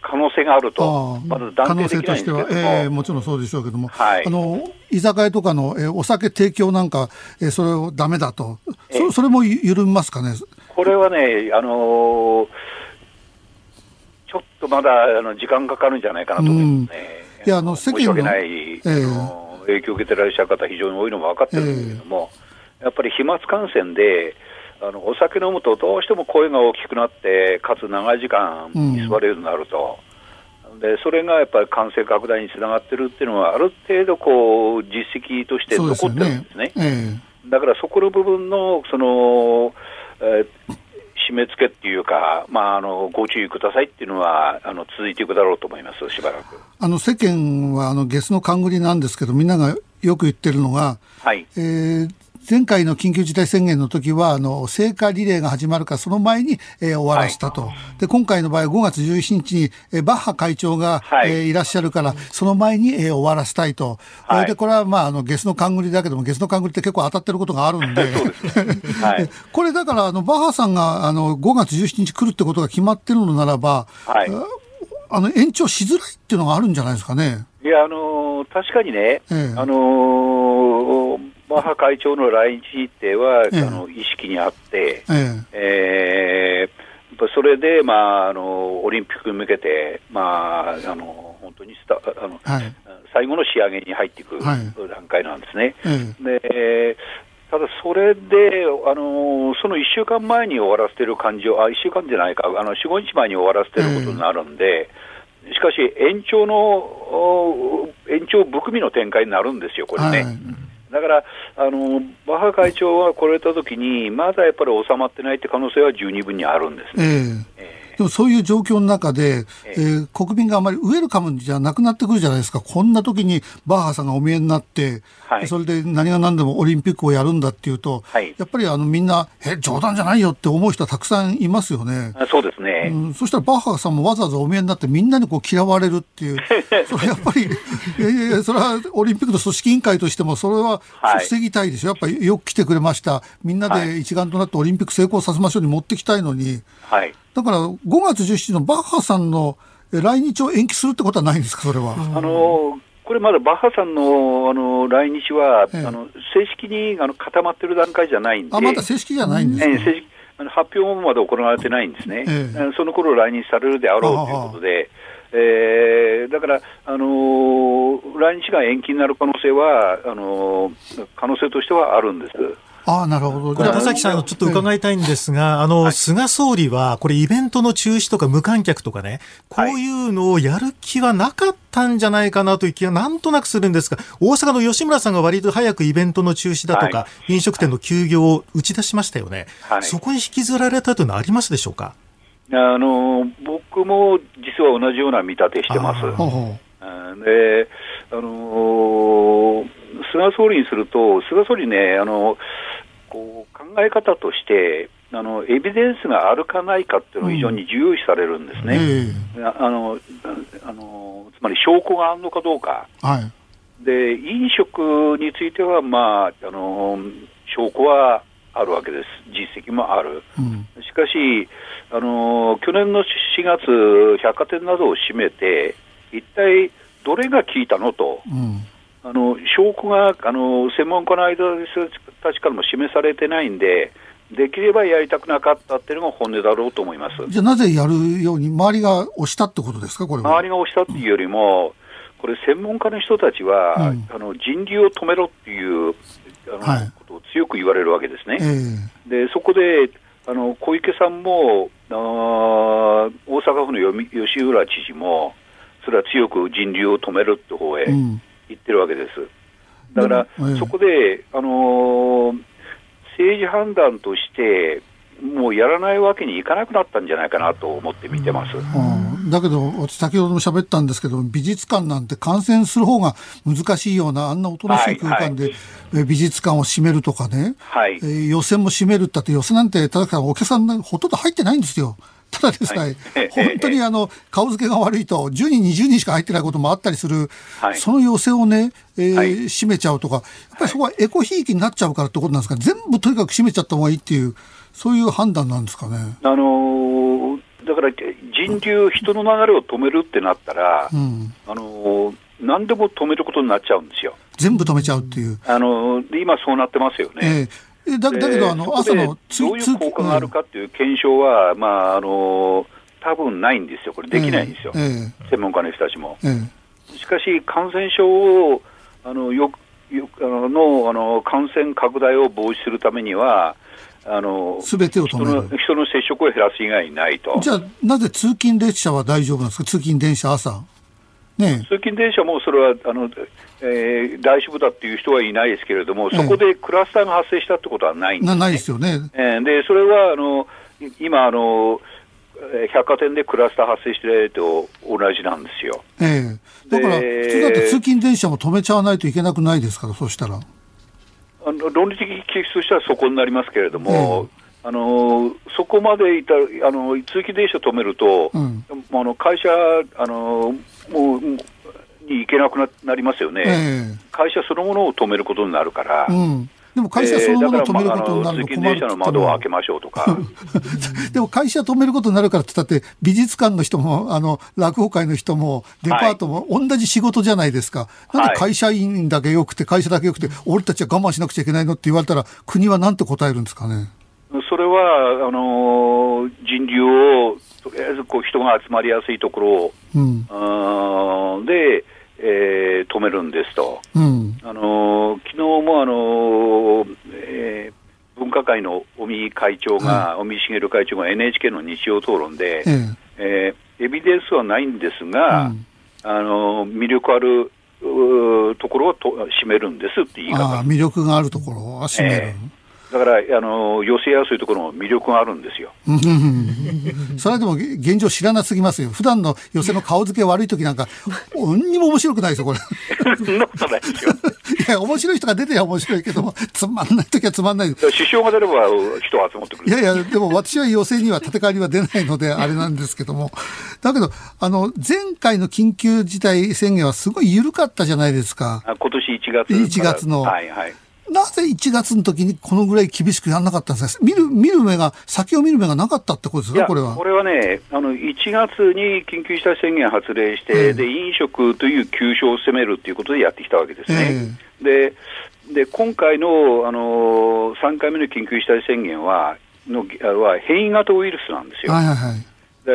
可能性があると、まず断定できないんですけども、可能性としては、 えー、もちろんそうでしょうけども、 はい、 あの居酒屋とかの、えー、お酒提供なんか、えー、それをダメだと、そ, それも緩みますかね。 これはね、あのー、ちょっとまだあの時間かかるんじゃないかなと思いますね。うん、いやあの世間の申し訳ない、えー、あの影響を受けてらっしゃる方、非常に多いのも分かってるんですけども、えー、やっぱり飛沫感染で、あのお酒飲むとどうしても声が大きくなって、かつ長い時間居座れるようになると、うん、でそれがやっぱり感染拡大につながってるっていうのは、ある程度こう実績として残ってるんですね。 そうですよね。えー、 だからそこの部分のその、えー締め付けっていうか、まあ、あのご注意くださいっていうのはあの続いていくだろうと思います。しばらくあの世間はあのゲスの勘繰りなんですけど、みんながよく言ってるのが、はい、えー前回の緊急事態宣言の時はあの聖火リレーが始まるからその前に、えー、終わらせたと、はい、で今回の場合ごがつじゅうしちにちに、えー、バッハ会長が、はいえー、いらっしゃるからその前に、えー、終わらせたいと、はい、でこれは、まあ、あのゲスの勘繰りだけども、ゲスの勘繰りって結構当たってることがあるんではい、これだからあのバッハさんがあのごがつじゅうしちにち来るってことが決まってるのならば、はい、あの延長しづらいっていうのがあるんじゃないですかね。 いや、あのー、確かにね、えー、あのーバッハ会長の来日日程は、ええ、あの意識にあって、えええー、それで、まあ、あのオリンピックに向けて、まあ、あの本当にスタあの、はい、最後の仕上げに入っていく段階なんですね。はい、でただ、それであのそのいっしゅうかんまえに終わらせている感じを、あいっしゅうかんじゃないか、あのよん、ごにちまえに終わらせていることになるんで、ええ、しかし延長の延長含みの展開になるんですよ、これね。はい、だからあのバッハ会長が来られたときにまだやっぱり収まってないって可能性は十二分にあるんですね。えーえーでもそういう状況の中で、えーえー、国民があまりウェルカムじゃなくなってくるじゃないですか。こんな時にバッハさんがお見えになって、はい、それで何が何でもオリンピックをやるんだっていうと、はい、やっぱりあのみんなえ冗談じゃないよって思う人はたくさんいますよね。 あ、そうですね、 うん、そしたらバッハさんもわざわざお見えになってみんなにこう嫌われるっていうそれやっぱりいやいやそれはオリンピックの組織委員会としてもそれは防ぎたいでしょ。やっぱりよく来てくれました、みんなで一丸となってオリンピック成功させましょうに持ってきたいのに、はい、だからごがつじゅうしちにちのバッハさんの来日を延期するってことはないんですか、それは。 あのこれまだバッハさん の, あの来日は、ええ、あの正式にあの固まってる段階じゃないんで。 あ、まだ正式じゃないんですか。 ええ、正式あの発表もまだ行われてないんですね。ええ、その頃来日されるであろうということで、えー、だから、あのー、来日が延期になる可能性はあのー、可能性としてはあるんです。 ああ、なるほど。 これ田崎さん、ちょっと伺いたいんですが、あの、はい、菅総理はこれイベントの中止とか無観客とかね、こういうのをやる気はなかったんじゃないかなという気がなんとなくするんですが、大阪の吉村さんが割と早くイベントの中止だとか、はい、飲食店の休業を打ち出しましたよね。はい、そこに引きずられたというのはありますでしょうか。 あの僕も実は同じような見立てしてます。あであの菅総理にすると、菅総理ね、あのこう考え方としてあのエビデンスがあるかないかっていうのを非常に重要視されるんですね。うん、あのあのつまり証拠があるのかどうか。はい、で飲食については、まあ、あの証拠はあるわけです。実績もある。うん、しかしあの去年のしがつ百貨店などを閉めて一体どれが効いたのと、うん、あの証拠があの専門家の間たちからも示されてないんで、できればやりたくなかったっていうのが本音だろうと思います。 じゃあなぜやるように周りが押したってことですか。これは周りが押したっていうよりも、これ専門家の人たちは、うん、あの人流を止めろっていうあの、はい、ことを強く言われるわけですね。えー、でそこであの小池さんもあ大阪府の吉浦知事もそれは強く人流を止めるって方へ言ってるわけです。うん、だから、えー、そこで、あのー、政治判断としてもうやらないわけにいかなくなったんじゃないかなと思って見てます。うん、 だけど私先ほども喋ったんですけど、美術館なんて観戦する方が難しいようなあんなおとなしい空間で、はいはい、美術館を閉めるとかね、はい、えー、予選も閉めるったって、予選なんてただお客さんほとんど入ってないんですよ。ただでさえ、はい、本当にあの顔付けが悪いとじゅうにんにじゅうにんしか入ってないこともあったりする、はい、その要請をね、えーはい、閉めちゃうとか、やっぱりそこはエコひいきになっちゃうからってことなんですか。全部とにかく閉めちゃった方がいいっていう、そういう判断なんですかね。 あのー、 だから人流、人の流れを止めるってなったら、うん、あの何でも止めることになっちゃうんですよ。 全部止めちゃうっていう。 あの今そうなってますよね。 えー、だ, だけどあの朝のどういう効果があるかっていう検証は、まああの多分ないんですよ。これできないんですよ、えー、専門家の人たちも、えー、しかし感染症をあのよよあの の, あの感染拡大を防止するためにはあの全てを止める。 人の、人の接触を減らす以外にないと。 じゃあなぜ通勤列車は大丈夫なんですか？通勤電車朝、ね、 通勤電車もそれはあの、えー、大丈夫だっていう人はいないですけれども、そこでクラスターが発生したってことはないんですね。 なないですよね。 えー、でそれはあの今あの百貨店でクラスター発生していると同じなんですよ。 えー、だから普通だと通勤電車も止めちゃわないといけなくないですから。そうしたらあの論理的に記述としてはそこになりますけれども、えー、あのそこまでいたあの通勤電車止めると、うん、あの会社あのもうに行けなく な, なりますよね、えー、会社そのものを止めることになるから、うん、 でも会社そのものを止めることになるの困る、 通勤電車の窓を開けましょうとかでも会社止めることになるからって言ったって美術館の人もあの落語会の人もデパートも同じ仕事じゃないですか、はい、なんで会社員だけよくて会社だけよくて俺たちは我慢しなくちゃいけないのって言われたら国はなんて答えるんですかね。 それはあの人流をとりあえずこう人が集まりやすいところを、うん、で、えー、止めるんですと、うん、あの昨日もあの、えー、分科会の尾身会長が、はい、尾身茂会長が エヌエイチケー の日曜討論で、えーえー、エビデンスはないんですが、うん、あの魅力あるところをと占めるんですって言い方。 あ、魅力があるところは占める、えーだからあの寄せやすいところの魅力があるんですよそれはでも現状知らなすぎますよ。普段の寄せの顔付け悪い時なんか何にも面白くないですよこれそんなことないですよいや面白い人が出てりゃ面白いけどもつまんない時はつまんない。 首相が出れば人が集まってくる。 いやいやでも私は寄せには立て替わりは出ないのであれなんですけどもだけどあの前回の緊急事態宣言はすごい緩かったじゃないですか。 あ今年いちがついちがつの、 はいはい、 なぜいちがつの時にこのぐらい厳しくやらなかったんですか。見る、見る目が、先を見る目がなかったってことですか、これは。 これはね、あの、いちがつに緊急事態宣言発令して、えー、で、飲食という急所を攻めるということでやってきたわけですね。えー、で、で、今回の、あの、さんかいめの緊急事態宣言は、の、は変異型ウイルスなんですよ。はいはいはい。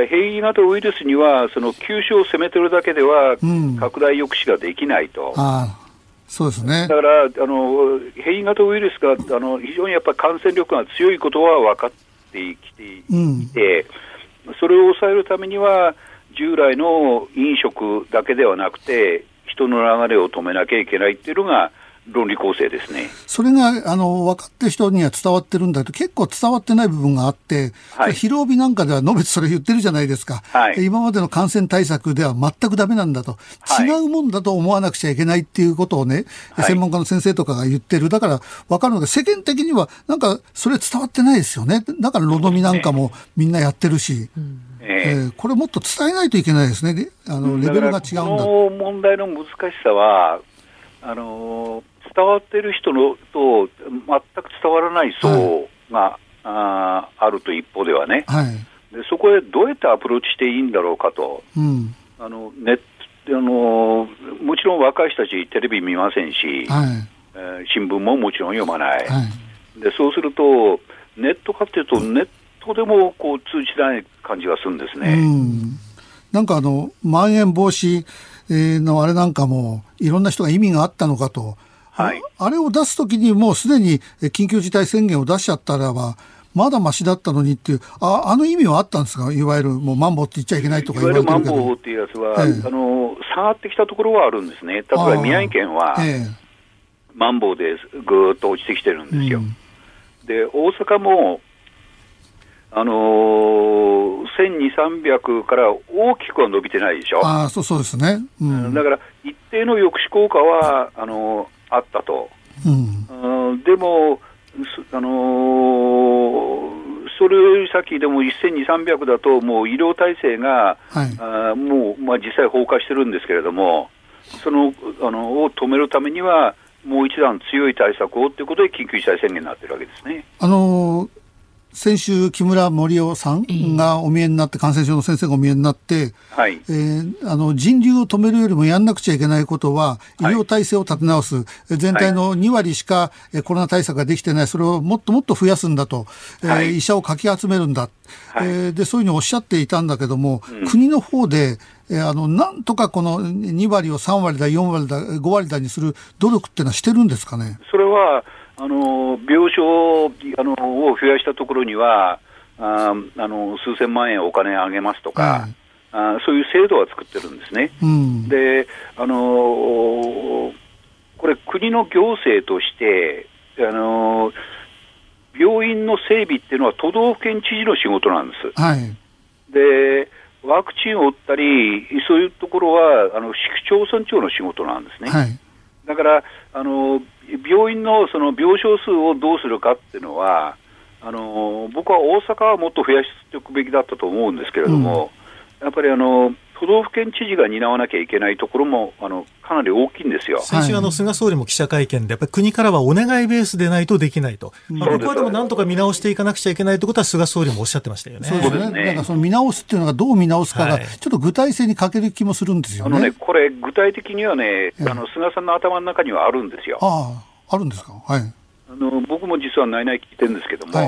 変異型ウイルスには、その急所を攻めてるだけでは、拡大抑止ができないと。うん、あそうですね。 だからあの変異型ウイルスがあの非常にやっぱり感染力が強いことは分かってきていて、うん、それを抑えるためには従来の飲食だけではなくて人の流れを止めなきゃいけないっていうのが論理構成ですね。 それがあの分かってる人には伝わってるんだけど結構伝わってない部分があって、はい、昼帯なんかではのべつそれ言ってるじゃないですか、はい、今までの感染対策では全くダメなんだと、はい、違うもんだと思わなくちゃいけないっていうことをね、はい、専門家の先生とかが言ってる。だから分かるのが世間的にはなんかそれ伝わってないですよね。だからロドミなんかもみんなやってるし、うんえー、これもっと伝えないといけないですね。あのレベルが違うんだ。 この問題の難しさはあのー伝わっている人のと全く伝わらない層が、はい、あ, あると一方ではね、はい、でそこへどうやってアプローチしていいんだろうかと、うん、あのネットあのもちろん若い人たちテレビ見ませんし、はいえー、新聞ももちろん読まない、はい、でそうするとネットかというとネットでもこう通じない感じがするんですね。うん、 なんかあのまん延防止のあれなんかもいろんな人が意味があったのかと、はい、あれを出すときにもうすでに緊急事態宣言を出しちゃったらばまだマシだったのにっていう あ, あの意味はあったんですか。いわゆるもうマンボウって言っちゃいけないとか言われてるけど、いわゆるマンボウっていうやつは、ええ、あの下がってきたところはあるんですね。例えば宮城県は、ええ、マンボウでぐーっと落ちてきてるんですよ、うん、で大阪もあのー、せんにひゃく、さんびゃくから大きくは伸びてないでしょ。 ああ、そう、そうですね、 うん、だから一定の抑止効果はあのー、あったと、うんうん、でも、あのー、それより先でもせんにひゃく、さんびゃくだともう医療体制が、はい、あもう、まあ、実際崩壊してるんですけれどもその、あのを止めるためにはもう一段強い対策をということで緊急事態宣言になってるわけですね。 あのー先週木村盛夫さんがお見えになって、感染症の先生がお見えになって、 はいえー、あの人流を止めるよりもやんなくちゃいけないことは医療体制を立て直す、はい、全体のに割しかコロナ対策ができてない、それをもっともっと増やすんだと、はい、えー、医者をかき集めるんだ、はい、えー、でそういうふうにおっしゃっていたんだけども、うん、国の方でえー、あのなんとかこのに割をさん割だよん割だご割だにする努力っていうのはしてるんですかね。 それはあの病床あのを増やしたところにはああの数千万円お金あげますとか、はい、あそういう制度は作ってるんですね、うん、であのこれ国の行政としてあの病院の整備っていうのは都道府県知事の仕事なんです、はい、でワクチンを打ったりそういうところはあの市区町村長の仕事なんですね、はい、だからあの病院のその病床数をどうするかっていうのはあの僕は大阪はもっと増やしておくべきだったと思うんですけれども、うん、やっぱりあの都道府県知事が担わなきゃいけないところもあのかなり大きいんですよ。 先週あの菅総理も記者会見でやっぱり国からはお願いベースでないとできないと、うん、まあ、ここはでもなんとか見直していかなくちゃいけないということは菅総理もおっしゃってましたよね。 そうですね。なんかその見直すっていうのがどう見直すかがちょっと具体性に欠ける気もするんですよね。 あのね、これ具体的にはね、あの菅さんの頭の中にはあるんですよ。 ああ、あるんですか。はい。 あの僕も実は内々聞いてるんですけども、はい、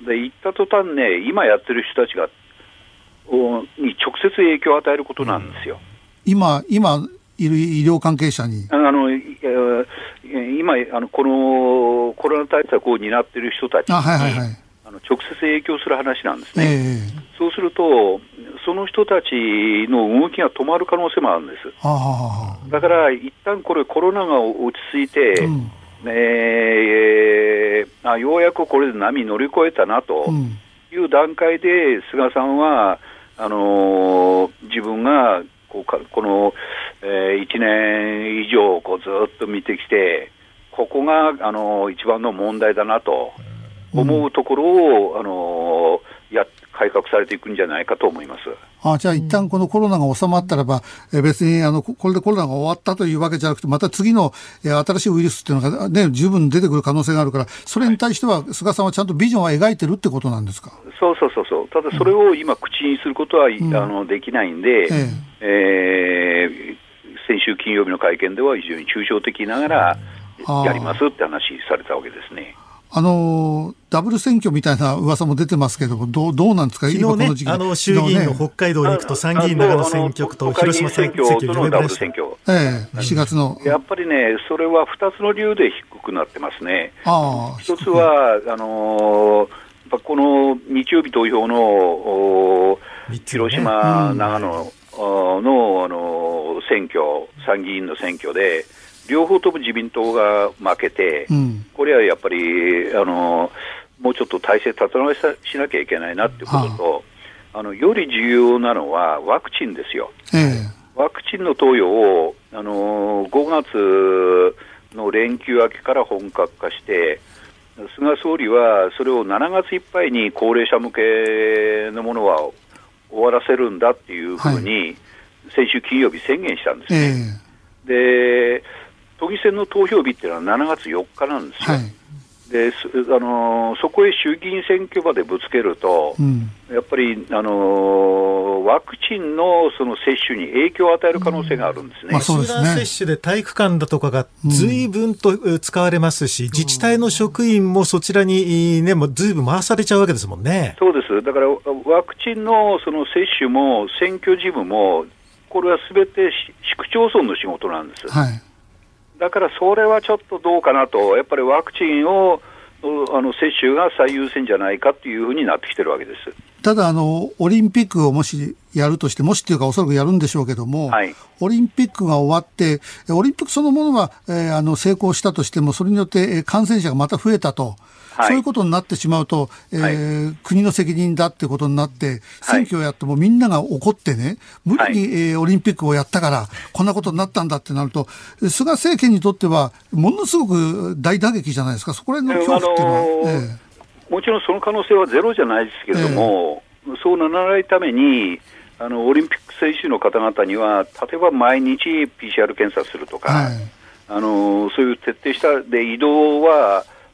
で言った途端ね、今やってる人たちがに直接影響を与えることなんですよ、うん、 今今いる医療関係者にあの今あのこのコロナ対策を担っている人たちに、はいはいはい、あの直接影響する話なんですね、えー、そうするとその人たちの動きが止まる可能性もあるんです。はあ、だから一旦これコロナが落ち着いて、うん、えー、あようやくこれで波乗り越えたなという段階で菅さんはあのー、自分がこうかこの、えー、いちねん以上こうずっと見てきてここが、あのー、一番の問題だなと思うところを、うん、あのー、や改革されていくんじゃないかと思います。 あ、じゃあ一旦このコロナが収まったらば、え別にあのこれでコロナが終わったというわけじゃなくてまた次の、え新しいウイルスっていうのが、ね、十分出てくる可能性があるからそれに対しては菅さんはちゃんとビジョンは描いてるってことなんですか。 そうそうそうそう。ただそれを今口にすることは、うん、あのできないんで、えええー、先週金曜日の会見では非常に抽象的ながらやりますって話されたわけですね。 あのダブル選挙みたいな噂も出てますけども、どう、どうなんですか。 昨日ね、あの衆議院の北海道に行くと参議院長野選挙区と広島選挙区のダブル選挙、 ええ、しがつのやっぱりね、それはふたつの理由で低くなってますね。あ一つはあのー、この日曜日投票の広島、ね、長野の、うん、の、あの選挙、参議院の選挙で両方とも自民党が負けて、うん、これはやっぱりあのもうちょっと体制立て直ししなきゃいけないなということと、あのより重要なのはワクチンですよ、えー、ワクチンの投与をあのごがつの連休明けから本格化して、菅総理はそれをしちがついっぱいに高齢者向けのものは終わらせるんだっていうふうに、はい、先週金曜日宣言したんですね、えー、で都議選の投票日っていうのはしちがつよっかなんですよ、はい、であのー、そこへ衆議院選挙場でぶつけると、うん、やっぱり、あのー、ワクチンのその接種に影響を与える可能性があるんですね、うん、まあ、 集団接種で体育館だとかが随分と使われますし、うん、自治体の職員もそちらに、ね、もう随分回されちゃうわけですもんね。 そうです。だからワクチンのその接種も選挙事務もこれはすべて市区町村の仕事なんです、はい、だからそれはちょっとどうかなと、やっぱりワクチンをあの接種が最優先じゃないかというふうになってきてるわけです。 ただあのオリンピックをもしやるとして、もしというかおそらくやるんでしょうけども、はい、オリンピックが終わってオリンピックそのものは、えー、あの成功したとしてもそれによって感染者がまた増えたと、はい、そういうことになってしまうと、えーはい、国の責任だってことになって選挙をやってもみんなが怒ってね、無理に、えー、オリンピックをやったからこんなことになったんだってなると、菅政権にとってはものすごく大打撃じゃないですか。そこら辺の恐怖っていうのは、えーあのーえー、もちろんその可能性はゼロじゃないですけれども、えー、そうならないためにあのオリンピック選手の方々には例えば毎日 ピーシーアール 検査するとか、はい、あのそういう徹底したで移動は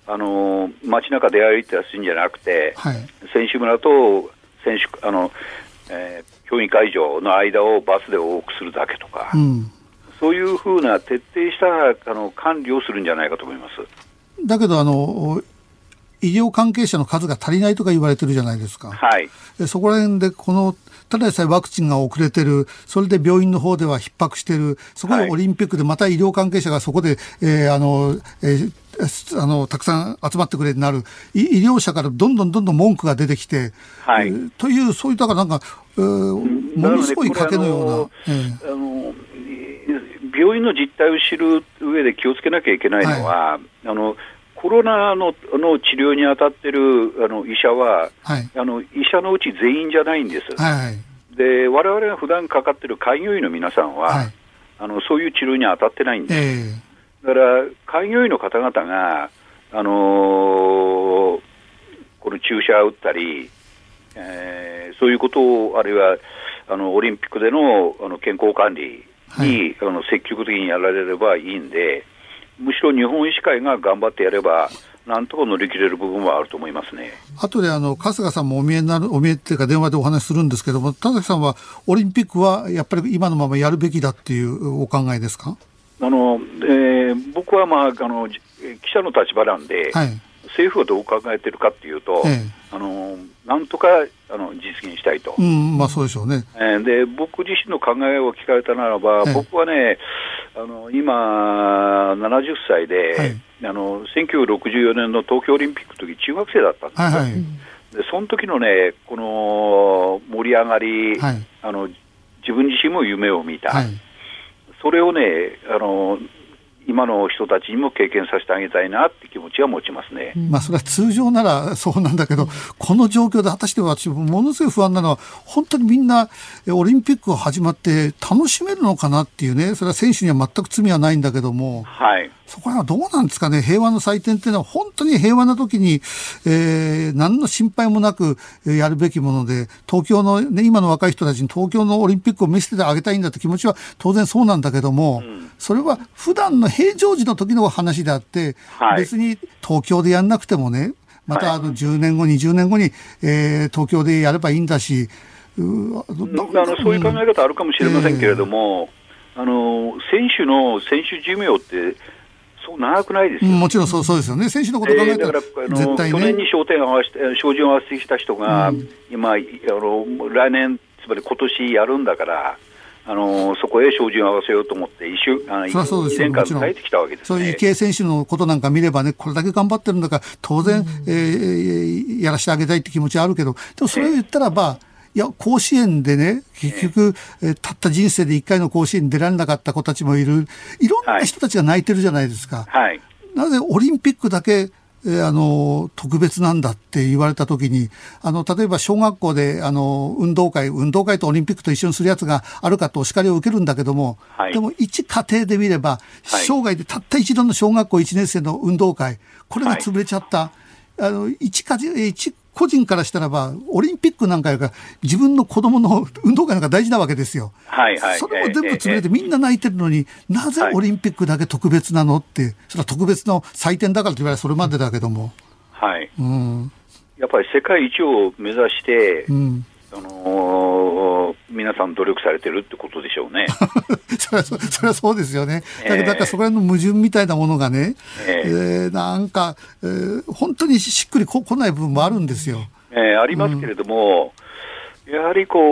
あの街中出歩いてするんじゃなくて、はい、選手村と選手あの、えー、競技会場の間をバスで往復するだけとか、うん、そういうふうな徹底したあの管理をするんじゃないかと思います。 だけどあの医療関係者の数が足りないとか言われてるじゃないですか、 はい、 でそこら辺でこのただでさえワクチンが遅れてる、それで病院の方では逼迫してる、そこでオリンピックでまた医療関係者がそこで、えーあのえー、あのたくさん集まってくれになる、医療者からどんどんどんどん文句が出てきて、はいえー、というそういったなんか、えー、ものすごい賭けのような、えー、あの病院の実態を知る上で気をつけなきゃいけないのは、はい、あのコロナ の, の治療に当たっているあの医者は、はい、あの医者のうち全員じゃないんです、はい、で我々が普段かかっている開業医の皆さんは、はい、あのそういう治療に当たってないんです、えー、だから開業医の方々が、あのー、この注射を打ったり、えー、そういうことをあるいはあのオリンピックで の, あの健康管理に、はい、あの積極的にやられればいいんで、むしろ日本医師会が頑張ってやればなんとか乗り切れる部分はあると思いますね。 あとであの春日さんもお見えになるお見えっていうか電話でお話しするんですけども、田崎さんはオリンピックはやっぱり今のままやるべきだっていうお考えですか？ あの、えー、僕は、まあ、あの記者の立場なんで、はい、政府はどう考えているかっていうと、ええ、あのなんとかあの実現したいと、 うんまあ、そうでしょうね。 えー、で僕自身の考えを聞かれたならば、ええ、僕はねあの今ななじゅっさいで、はい、あのせんきゅうひゃくろくじゅうよねんの東京オリンピックの時中学生だったんですよ、はいはい、でその時のねこの盛り上がり、はい、あの自分自身も夢を見た、はい、それをねあの今の人たちにも経験させてあげたいなって気持ちは持ちますね。 まあそれは通常ならそうなんだけど、この状況で果たして私ものすごい不安なのは、本当にみんなオリンピックが始まって楽しめるのかなっていうね。それは選手には全く罪はないんだけども、はい、そこはどうなんですかね。平和の祭典っていうのは本当に平和な時に、えー、何の心配もなくやるべきもので、東京の、ね、今の若い人たちに東京のオリンピックを見せてあげたいんだって気持ちは当然そうなんだけども、うん、それは普段の平常時の時の話であって、はい、別に東京でやんなくてもね、またあのじゅうねんごにじゅうねんごに、えー、東京でやればいいんだし、うあのそういう考え方あるかもしれませんけれども、えー、あの選手の選手寿命ってそう長くないですよ、 もちろんそう、そうですよね。選手のことを考えたら、えー、だから絶対ね、 去年に焦点を合わせて照準を合わせてきた人が、うん、今あの来年つまり今年やるんだから、あのそこへ照準を合わせようと思って一週あのいちねんかん変えてきたわけですね。 そういう池江選手のことなんか見ればね、これだけ頑張ってるんだから当然、うんえー、やらせてあげたいって気持ちはあるけど、でもそれを言ったらば、えーいや甲子園でね結局、えー、たった人生でいっかいの甲子園に出られなかった子たちもいる、いろんな人たちが泣いてるじゃないですか、はい、なぜオリンピックだけ、えー、あの特別なんだって言われたときに、あの例えば小学校であの運動会運動会とオリンピックと一緒にするやつがあるかとお叱りを受けるんだけども、はい、でも一家庭で見れば、はい、生涯でたった一度の小学校いちねん生の運動会、これが潰れちゃった、はい、あの一家一個人からしたらばオリンピックなんかよりか自分の子供の運動会なんか大事なわけですよ、はいはい、それも全部潰れてみんな泣いてるのに、なぜオリンピックだけ特別なのって、それは特別の祭典だからと言われそれまでだけども、 はいうん、やっぱり世界一を目指して、うんあのー、皆さん努力されてるってことでしょうねそ, れは そ, それはそうですよね。だから、そこら辺の矛盾みたいなものがね、えーえー、なんか、えー、本当にしっくり こ, 来ない部分もあるんですよ、 えー、ありますけれども、うん、やはりこ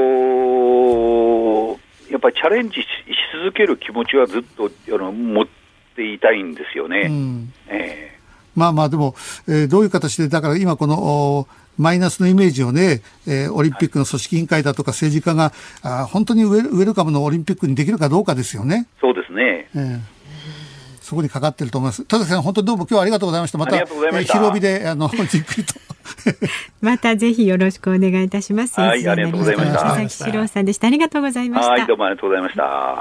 うやっぱりチャレンジ し, し続ける気持ちはずっとあの持っていたいんですよね、うんえー、まあまあでも、えー、どういう形でだから今このマイナスのイメージをね、えー、オリンピックの組織委員会だとか政治家があ本当にウェル、ウェルカムのオリンピックにできるかどうかですよね。 そうですね、えー、 そこにかかってると思います。田崎さん本当にどうも今日はありがとうございました。また広帯であのじっくりとまたぜひよろしくお願いいたします。 はい、ありがとうございました。 佐々木史郎さんでした。ありがとうございました。 はい、どうもありがとうございました。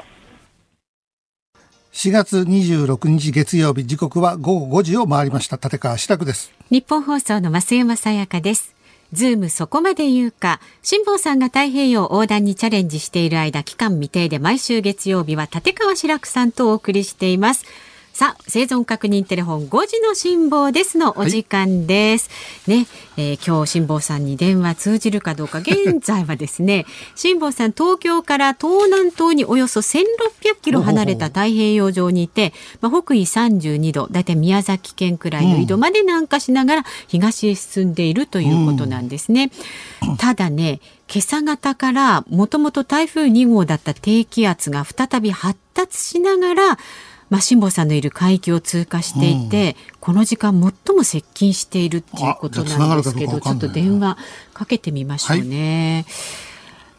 しがつにじゅうろくにち月曜日、時刻はごごごじを回りました。立川志らくです。 日本放送の増山さやかです。ズームそこまで言うか、辛坊さんが太平洋横断にチャレンジしている間、期間未定で毎週月曜日は立川志らくさんとお送りしています。 さあ、生存確認テレフォンごじの辛坊ですのお時間です、はい、ねえー、今日辛坊さんに電話通じるかどうか。現在はですね辛坊さん東京から東南東におよそせんろっぴゃくキロ離れた太平洋上にいて、まあ、北緯さんじゅうにど、だいたい宮崎県くらいの緯度まで南下しながら東へ進んでいるということなんですね、うん、ただね、今朝方からもともと台風にごうだった低気圧が再び発達しながら、まあ、辛坊さんのいる海域を通過していて、うん、この時間最も接近しているっていうことなんですけど、ちょっと電話かけてみましょうね、はい。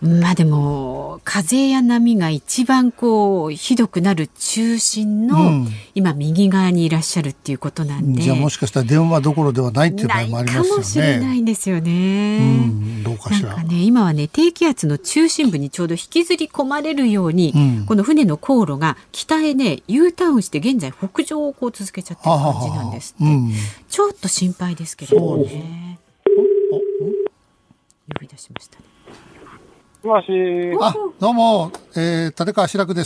まあでも風や波が一番こうひどくなる中心の、うん、今右側にいらっしゃるっていうことなんで、 じゃあもしかしたら電話どころではないっていう場合もありますよね。ないかもしれないんですよね、 うん、どうかしら。 なんかね、今はね低気圧の中心部にちょうど引きずり込まれるように、うん、この船の航路が北へね U ターンして現在北上をこう続けちゃってる感じなんですって、ははは、うん、ちょっと心配ですけれどもね。呼び出しましたね。 もしあ、どうも、えー、立川志らくです。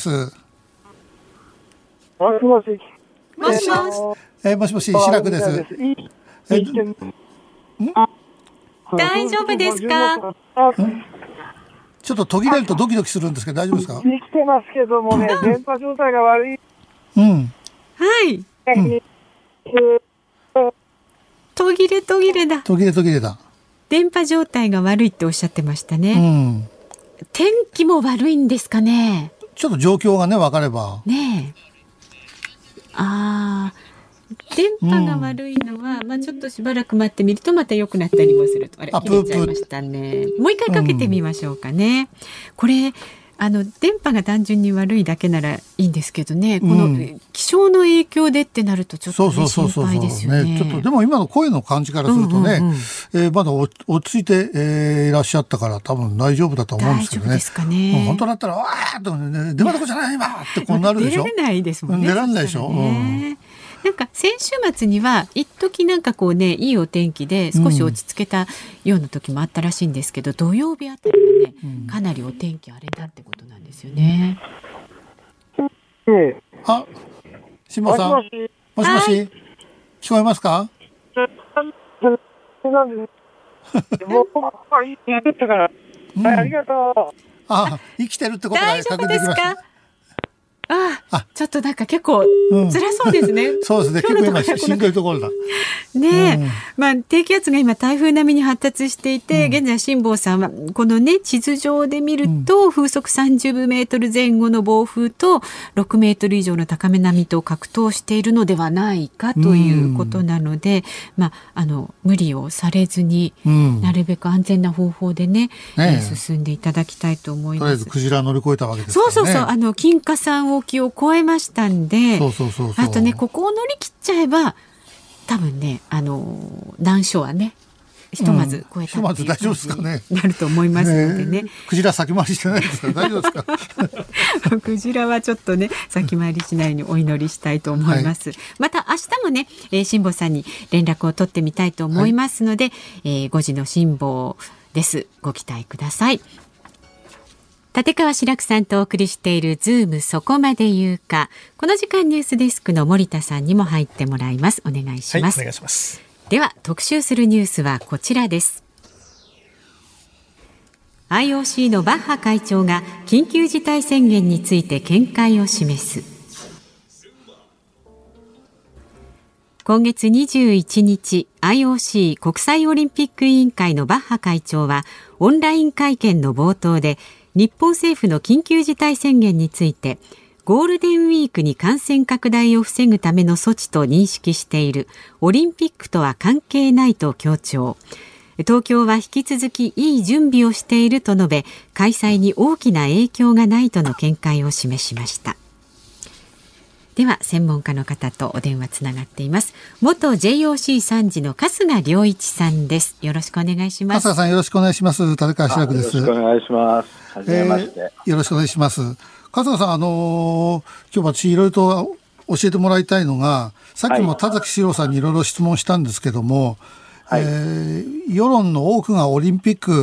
もしもし。 もしもし。 えー、もしもし、志らくです。えー、 大丈夫ですか？ ちょっと途切れるとドキドキするんですけど大丈夫ですか？ 生きてますけどもね、電波状態が悪い。 うん。 はい。うん、途切れ途切れだ。 途切れ途切れだ。 電波状態が悪いっておっしゃってましたね。 うん。 天気も悪いんですかね。 ちょっと状況がね分かればねえ、あー、電波が悪いのは、うん、まあ、ちょっとしばらく待ってみるとまた良くなったりもすると。あれ、切れちゃいましたね。もう一回かけてみましょうかね、うん、これあの電波が単純に悪いだけならいいんですけどね、この気象の影響でってなるとちょっと、ね、心配ですよね。 ちょっとでも今の声の感じからするとね、うんうんうん、えー、まだ落ち着いて、えー、いらっしゃったから多分大丈夫だと思うんですけどね。 大丈夫ですかね。 本当だったらわーっと、ね、電話どこじゃない今ってこうなるでしょ。 出られないですもんね。 出られないでしょ。 なんか先週末には一時なんかこうねいいお天気で少し落ち着けたような時もあったらしいんですけど、うん、土曜日あたりはね、うん、かなりお天気荒れたってことなんですよね。 うん、 あ、辛坊さん、もしもし、もし、はい、聞こえますか？ ありがとう。 あ、生きてるってことが確認できました。 ああ、ちょっとなんか結構辛そうですね、 うん、そうですね、結構今しんどいところだねえ、うん、まあ、低気圧が今台風並みに発達していて、うん、現在辛坊さんはこのね地図上で見ると、うん、風速さんじゅうメートル前後の暴風とろくメートル以上の高め波と格闘しているのではないかということなので、うん、まあ、あの無理をされずに、うん、なるべく安全な方法で ね, ね進んでいただきたいと思います。 とりあえずクジラ乗り越えたわけですからね。 そうそうそう、あの金華山を沖を越えましたんで、 そうそうそうそう、 あとねここを乗り切っちゃえば多分ね、あの難所はねひとまず超えたっていう感じになると思いますのでね。 ね、クジラ先回りしてないですから大丈夫ですか？ クジラはちょっとね先回りしないようにお祈りしたいと思います、はい、また明日もね、えー、辛坊さんに連絡を取ってみたいと思いますので、はい、えー、ごじの辛坊です。ご期待ください。立川志らくさんとお送りしているズームそこまで言うか。この時間ニュースデスクの森田さんにも入ってもらいます。お願いします。 はい、お願いします。 では特集するニュースはこちらです。 アイオーシー のバッハ会長が緊急事態宣言について見解を示す。今月にじゅういちにち アイオーシー 国際オリンピック委員会のバッハ会長はオンライン会見の冒頭で日本政府の緊急事態宣言についてゴールデンウィークに感染拡大を防ぐための措置と認識している。オリンピックとは関係ないと強調。東京は引き続きいい準備をしていると述べ、開催に大きな影響がないとの見解を示しました。では専門家の方とお電話つながっています。元 ジェイオーシー 参事の春日良一さんです。よろしくお願いします。 春日さん、よろしくお願いします。立川志らくです。 よろしくお願いします。はじめまして、 えー、よろしくお願いします。春日さん、あのー、今日私いろいろと教えてもらいたいのが、さっきも田崎史郎さんにいろいろ質問したんですけども、はい、えー、世論の多くがオリンピック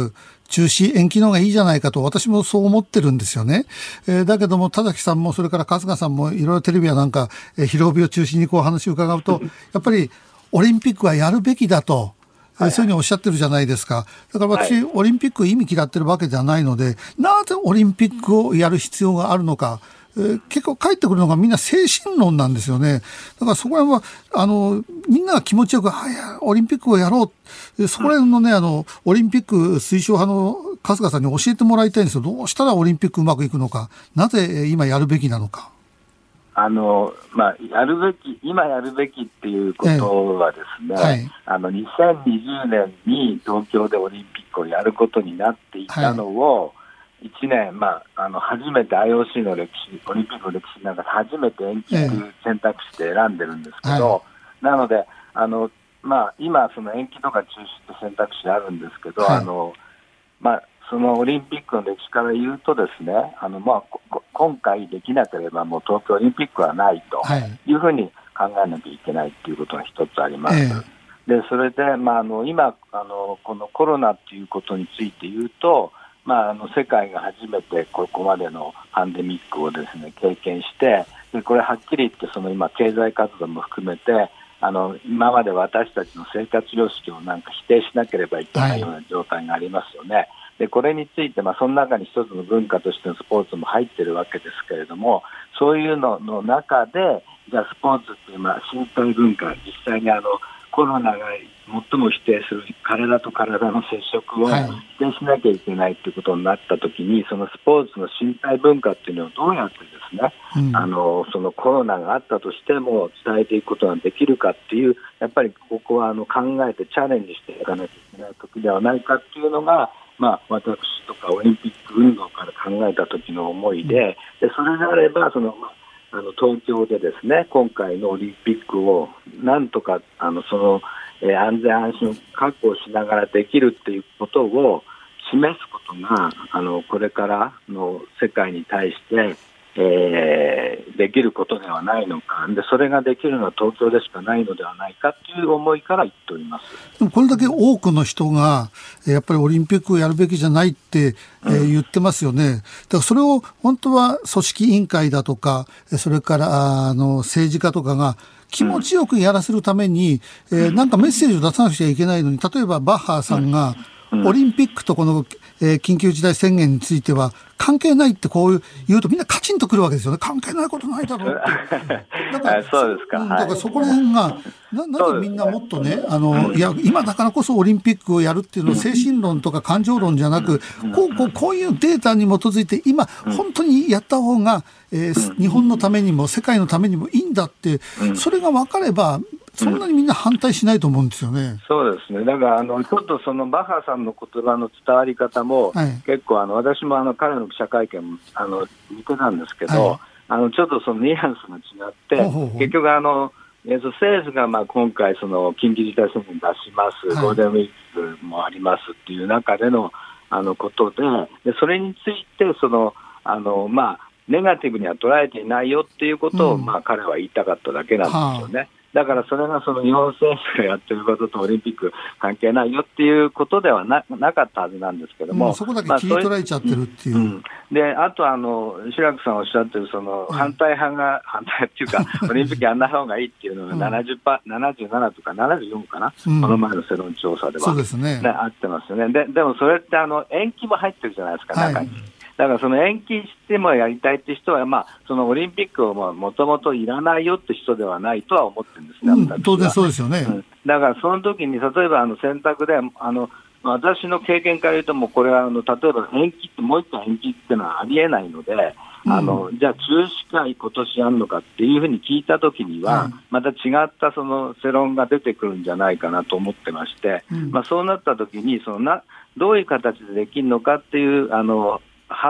中止延期の方がいいじゃないかと私もそう思ってるんですよね。えー、だけども田崎さんもそれから春日さんもいろいろテレビやなんか、えー、広帯を中心にこう話を伺うとやっぱりオリンピックはやるべきだと、はい、そういうふうにおっしゃってるじゃないですか。だから私、はい、オリンピック意味嫌ってるわけではないのでなぜオリンピックをやる必要があるのか、えー、結構返ってくるのがみんな精神論なんですよね。だからそこら辺はあのみんなが気持ちよくオリンピックをやろう、そこら辺のねあのオリンピック推奨派の春日さんに教えてもらいたいんですよ。どうしたらオリンピックうまくいくのか、なぜ今やるべきなのか。 あのまあ、やるべき、今やるべきっていうことはですね、ええはい、あのにせんにじゅうねんに東京でオリンピックをやることになっていたのを、いちねん、まあ、あの初めて アイオーシー の歴史、オリンピックの歴史の中で初めて延期という選択肢で選んでるんですけど、えはい、なのであの、まあ、今、その延期とか中止って選択肢あるんですけど、はい、あのまあそのオリンピックの歴史から言うとですね、あのまあ今回できなければもう東京オリンピックはないというふうに考えなきゃいけないということが一つあります。はい、でそれで、まあ、あの今あのこのコロナということについて言うと、まあ、あの世界が初めてここまでのパンデミックをですね経験して、でこれはっきり言ってその今経済活動も含めてあの今まで私たちの生活様式をなんか否定しなければいけないような状態がありますよね。はい、でこれについて、まあ、その中に一つの文化としてのスポーツも入っているわけですけれども、そういうのの中でじゃあスポーツっていう、まあ、身体文化、実際にあのコロナが最も否定する体と体の接触を否定しなきゃいけないということになったときに、はい、そのスポーツの身体文化っていうのをどうやってですね、うん、あのそのコロナがあったとしても伝えていくことができるかっていう、やっぱりここはあの考えてチャレンジしていかなきゃいけない時ではないかっていうのが、まあ、私とかオリンピック運動から考えた時の思いで、でそれであればその、まあ、あの東京でですね今回のオリンピックをなんとかあのその、えー、安全安心を確保しながらできるっていうことを示すことがあのこれからの世界に対してえー、できることではないのか、でそれができるのは東京でしかないのではないかという思いから言っております。 でもこれだけ多くの人がやっぱりオリンピックをやるべきじゃないって、えー、言ってますよね。だからそれを本当は組織委員会だとかそれからあの政治家とかが気持ちよくやらせるために、うんえー、なんかメッセージを出さなくちゃいけないのに、例えばバッハさんがオリンピックとこの、えー、緊急事態宣言については関係ないってこう言うとみんなカチンとくるわけですよね。関係ないことないだろうってだからそうですか、 うん、だからそこら辺がな, なぜみんなもっとねあのいや今だからこそオリンピックをやるっていうのは精神論とか感情論じゃなくこうこうこういうデータに基づいて今本当にやった方が、えー、日本のためにも世界のためにもいいんだってそれが分かればそんなにみんな反対しないと思うんですよね。うん、 そうですね。だからあのちょっとそのバッハさんの言葉の伝わり方も、はい、結構あの私もあの彼の記者会見もあの見てたんですけど、はい、あのちょっとそのニュアンスが違ってほうほうほう結局あのえー、政府がまあ今回その緊急事態宣言出します、はい、ゴールデンウィークもありますっていう中でのあのことで、でそれについてそのあのまあネガティブには捉えていないよっていうことを、うん、まあ彼は言いたかっただけなんですよね。はあだからそれがその日本政府がやってることとオリンピック関係ないよっていうことでは な, なかったはずなんですけども、 うん、そこだけ切り取られちゃってるっていう、 まあ、ううん、であとあの白くさんおっしゃってるその反対派が、うん、反対っていうかオリンピックやんない方がいいっていうのが ななじゅうパーセント、ななじゅうななとかななじゅうよんかな、うん、この前の世論調査ではそうですね、 ね、あってますよね。 で, でもそれってあの延期も入ってるじゃないですか、中に、はいだからその延期してもやりたいって人は、まあ、そのオリンピックをもともといらないよって人ではないとは思ってるんですね、 うん、当然そうですよね、 うん、だからその時に例えばあの選択であの私の経験から言うともうこれはあの例えば延期ってもう一回延期っていうのはありえないので、うん、あのじゃあ中止会今年やるのかっていうふうに聞いた時には、うん、また違ったその世論が出てくるんじゃないかなと思ってまして、うんまあ、そうなった時にそのなどういう形でできるのかっていうあのHow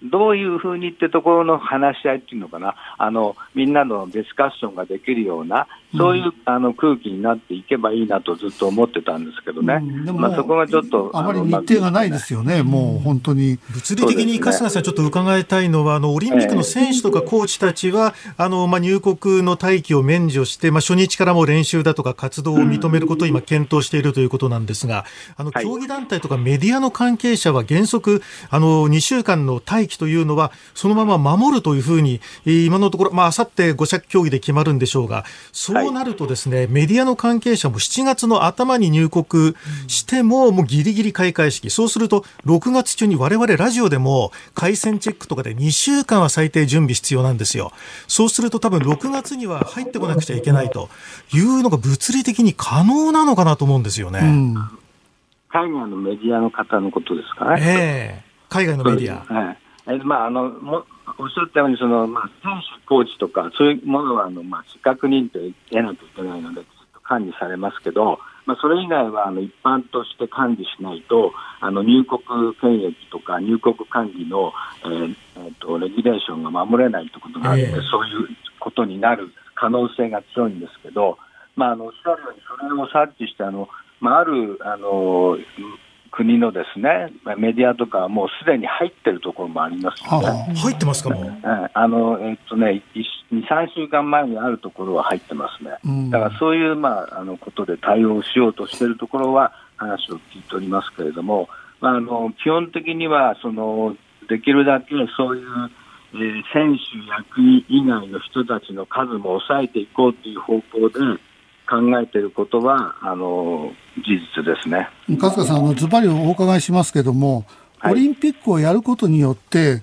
どういうふうにってところの話し合いっていうのかな、あのみんなのディスカッションができるような、そういう、うん、あの空気になっていけばいいなとずっと思ってたんですけどね、うん、でも、まあ、そこがちょっとあまり日程がないですよね、もう本当に物理的に春日さんちょっと伺いたいのは、あのオリンピックの選手とかコーチたちは、えーあのまあ、入国の待機を免除して、まあ、初日からも練習だとか活動を認めることを今検討しているということなんですが、あの競技団体とかメディアの関係者は原則あのにしゅうかんの待機というのはそのまま守るというふうに今のところ、まあ明後日ご着競技で決まるんでしょうが、そうなるとですね、はい、メディアの関係者もしちがつの頭に入国しても、もうギリギリ開会式、そうするとろくがつ中に我々ラジオでも回線チェックとかでにしゅうかんは最低準備必要なんですよ。そうすると多分ろくがつには入ってこなくちゃいけないというのが物理的に可能なのかなと思うんですよね、うん、 海外のメディアの方のことですかね、 えー、海外のメディア、 はい、えまあ、あのもおっしゃったようにその、まあ、選手、コーチとかそういうものはあの、まあ、資格認定得なきゃいけないのでずっと管理されますけど、まあ、それ以外はあの一般として管理しないとあの入国検疫とか入国管理の、えーえー、とレギュレーションが守れないということがあって、えー、そういうことになる可能性が強いんですけど、まあ、あのおっしゃるようにそれを察知してあの、まあ、あるあの国のですねメディアとかはもうすでに入っているところもありますので、 ああ入ってますかもう、 あの、えっとね、に、さんしゅうかんまえにあるところは入ってますね、うん、だからそういう、まあ、あのことで対応しようとしているところは話を聞いておりますけれども、まあ、あの基本的にはそのできるだけそういう、えー、選手、役員以外の人たちの数も抑えていこうという方向で考えていることはあの事実ですね。 春日さん、あのズバリお伺いしますけども、はい、オリンピックをやることによって、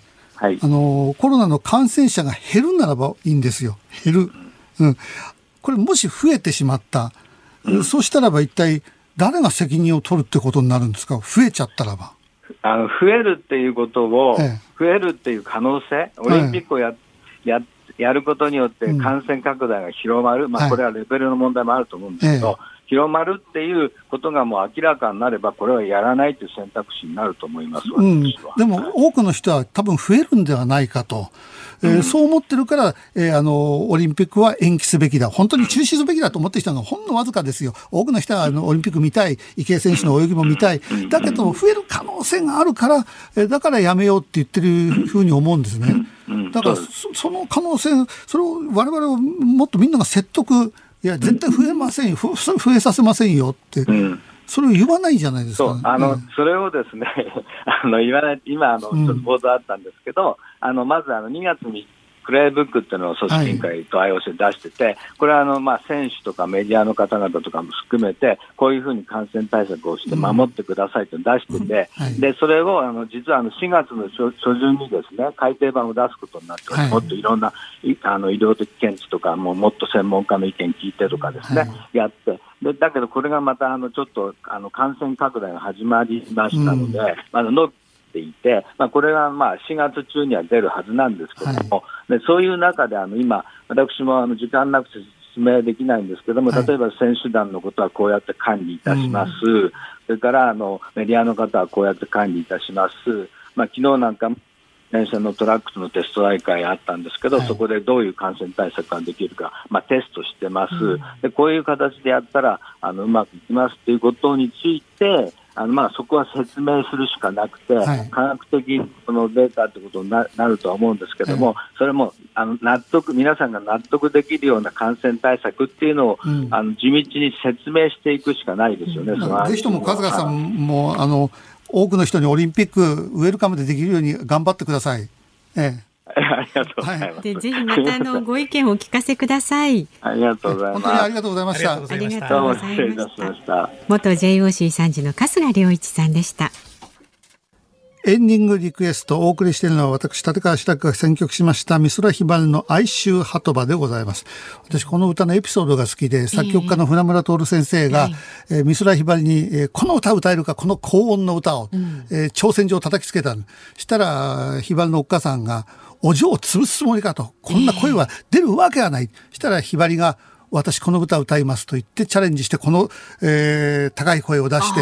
はい、あのコロナの感染者が減るならばいいんですよ。減る、うん、これもし増えてしまった、うん、そうしたらば一体誰が責任を取るってことになるんですか。増えちゃったらばあの増えるっていうことを、ええ、増えるっていう可能性、オリンピックをや、ええ、ややることによって感染拡大が広まる、うん、まあ、これはレベルの問題もあると思うんですけど、はい、広まるっていうことがもう明らかになればこれはやらないという選択肢になると思います、 うん、でも多くの人は多分増えるんではないかと、えーうん、そう思ってるから、えー、あのオリンピックは延期すべきだ、本当に中止すべきだと思ってる人がほんのわずかですよ。多くの人はあのオリンピック見たい、池江選手の泳ぎも見たい、だけど増える可能性があるから、えー、だからやめようって言ってるふうに思うんですね。だから そ, その可能性、それを我々はもっとみんなが説得、いや絶対増えませんよ、増えさせませんよって、うん、それを言わないじゃないですか、ね、 そうあの、うん、それをですねあの言わない今あの、うん、ちょっと報道あったんですけど、あのまずあのにがつにプレイブックっていうのを組織委員会と アイオーシー で出してて、はい、これはあの、まあ、選手とかメディアの方々とかも含めてこういうふうに感染対策をして守ってくださいと出してて、うんはい、でそれをあの実はあのしがつの 初, 初旬にですね改訂版を出すことになって、はい、もっといろんなあの医療的見地とかももっと専門家の意見聞いてとかですね、はい、やってでだけどこれがまたあのちょっとあの感染拡大が始まりましたので、うんあののていて、まあ、これがまあしがつ中には出るはずなんですけども、はい、でそういう中であの今私もあの時間なくて説明できないんですけども、はい、例えば選手団のことはこうやって管理いたします、うん、それからあのメディアの方はこうやって管理いたします、まあ、昨日なんか電車のトラックスのテスト大会あったんですけど、はい、そこでどういう感染対策ができるか、まあ、テストしてます、うん、でこういう形でやったらあのうまくいきますということについてあのまあそこは説明するしかなくて、はい、科学的そのデータということに な, なるとは思うんですけども、はい、それもあの納得皆さんが納得できるような感染対策っていうのを、うん、あの地道に説明していくしかないですよね。うん、 そのぜひとも春日さんも、はい、あの多くの人にオリンピックウェルカムでできるように頑張ってください。ええありがとうございます。はい、 でぜひまたあのご意見をお聞かせください。 ありがとうございます。 本当にありがとうございました。ありがとうございました。 失礼いたしました。 元 ジェイオーシー 参事の春日良一さんでした。 エンディングリクエストをお送りしているのは私立川志らくが選曲しました美空ひばりの哀愁鳩場でございます。私この歌のエピソードが好きで、作曲家の船村徹先生が、えーえー、美空ひばりに、えー、この歌を歌えるかこの高音の歌を、うんえー、挑戦状を叩きつけた。したらひばりのお母さんがお嬢を潰すつもりかと、こんな声は出るわけはない。したらひばりが私この歌を歌いますと言ってチャレンジしてこの、えー、高い声を出して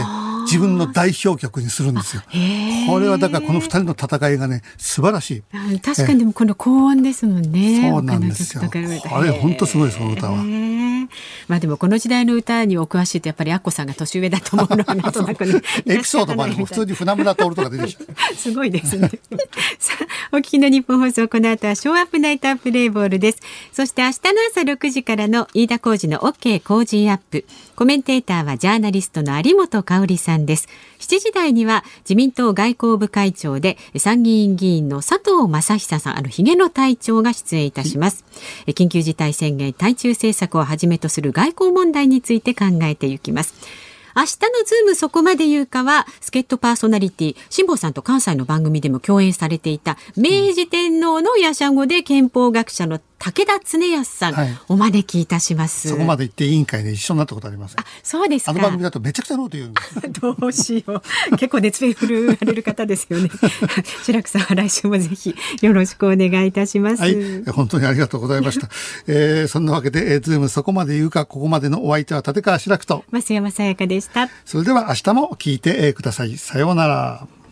自分の代表曲にするんですよ。これはだからこの二人の戦いがね素晴らしい。 確かにでもこの高音ですもんね。 そうなんですよ。これ本当すごいですこの歌は。 まあでもこの時代の歌にお詳しいとやっぱりアッコさんが年上だと思うのはなんとなくねエピソードまでも普通に船村徹とか出てきたすごいですねさあお聞きの日本放送、この後はショーアップナイトアップレイボールです。そして明日の朝ろくじからの飯田浩司の OK 工事アップ、コメンテーターはジャーナリストの有本香里さんです。しちじ台には自民党外交部会長で参議院議員の佐藤正久さん、あのヒゲの隊長が出演いたします。緊急事態宣言、対中政策をはじめとする外交問題について考えていきます。明日のズームそこまで言うかは、助っ人パーソナリティ辛坊さんと関西の番組でも共演されていた明治天皇の夜叉語で憲法学者の武田恒康さん、はい、お招きいたします。 そこまで行って委員会で一緒になったことあります。 あ、そうですか。 あの番組だとめちゃくちゃノーと言うんですどうしよう結構熱弁振るわれる方ですよね白くさんは来週もぜひよろしくお願いいたします。 はい、本当にありがとうございました、えー、そんなわけで、えー、ズームそこまで言うか、ここまでのお相手は立川志らくと増山さやかでした。 それでは明日も聞いてください。さようなら。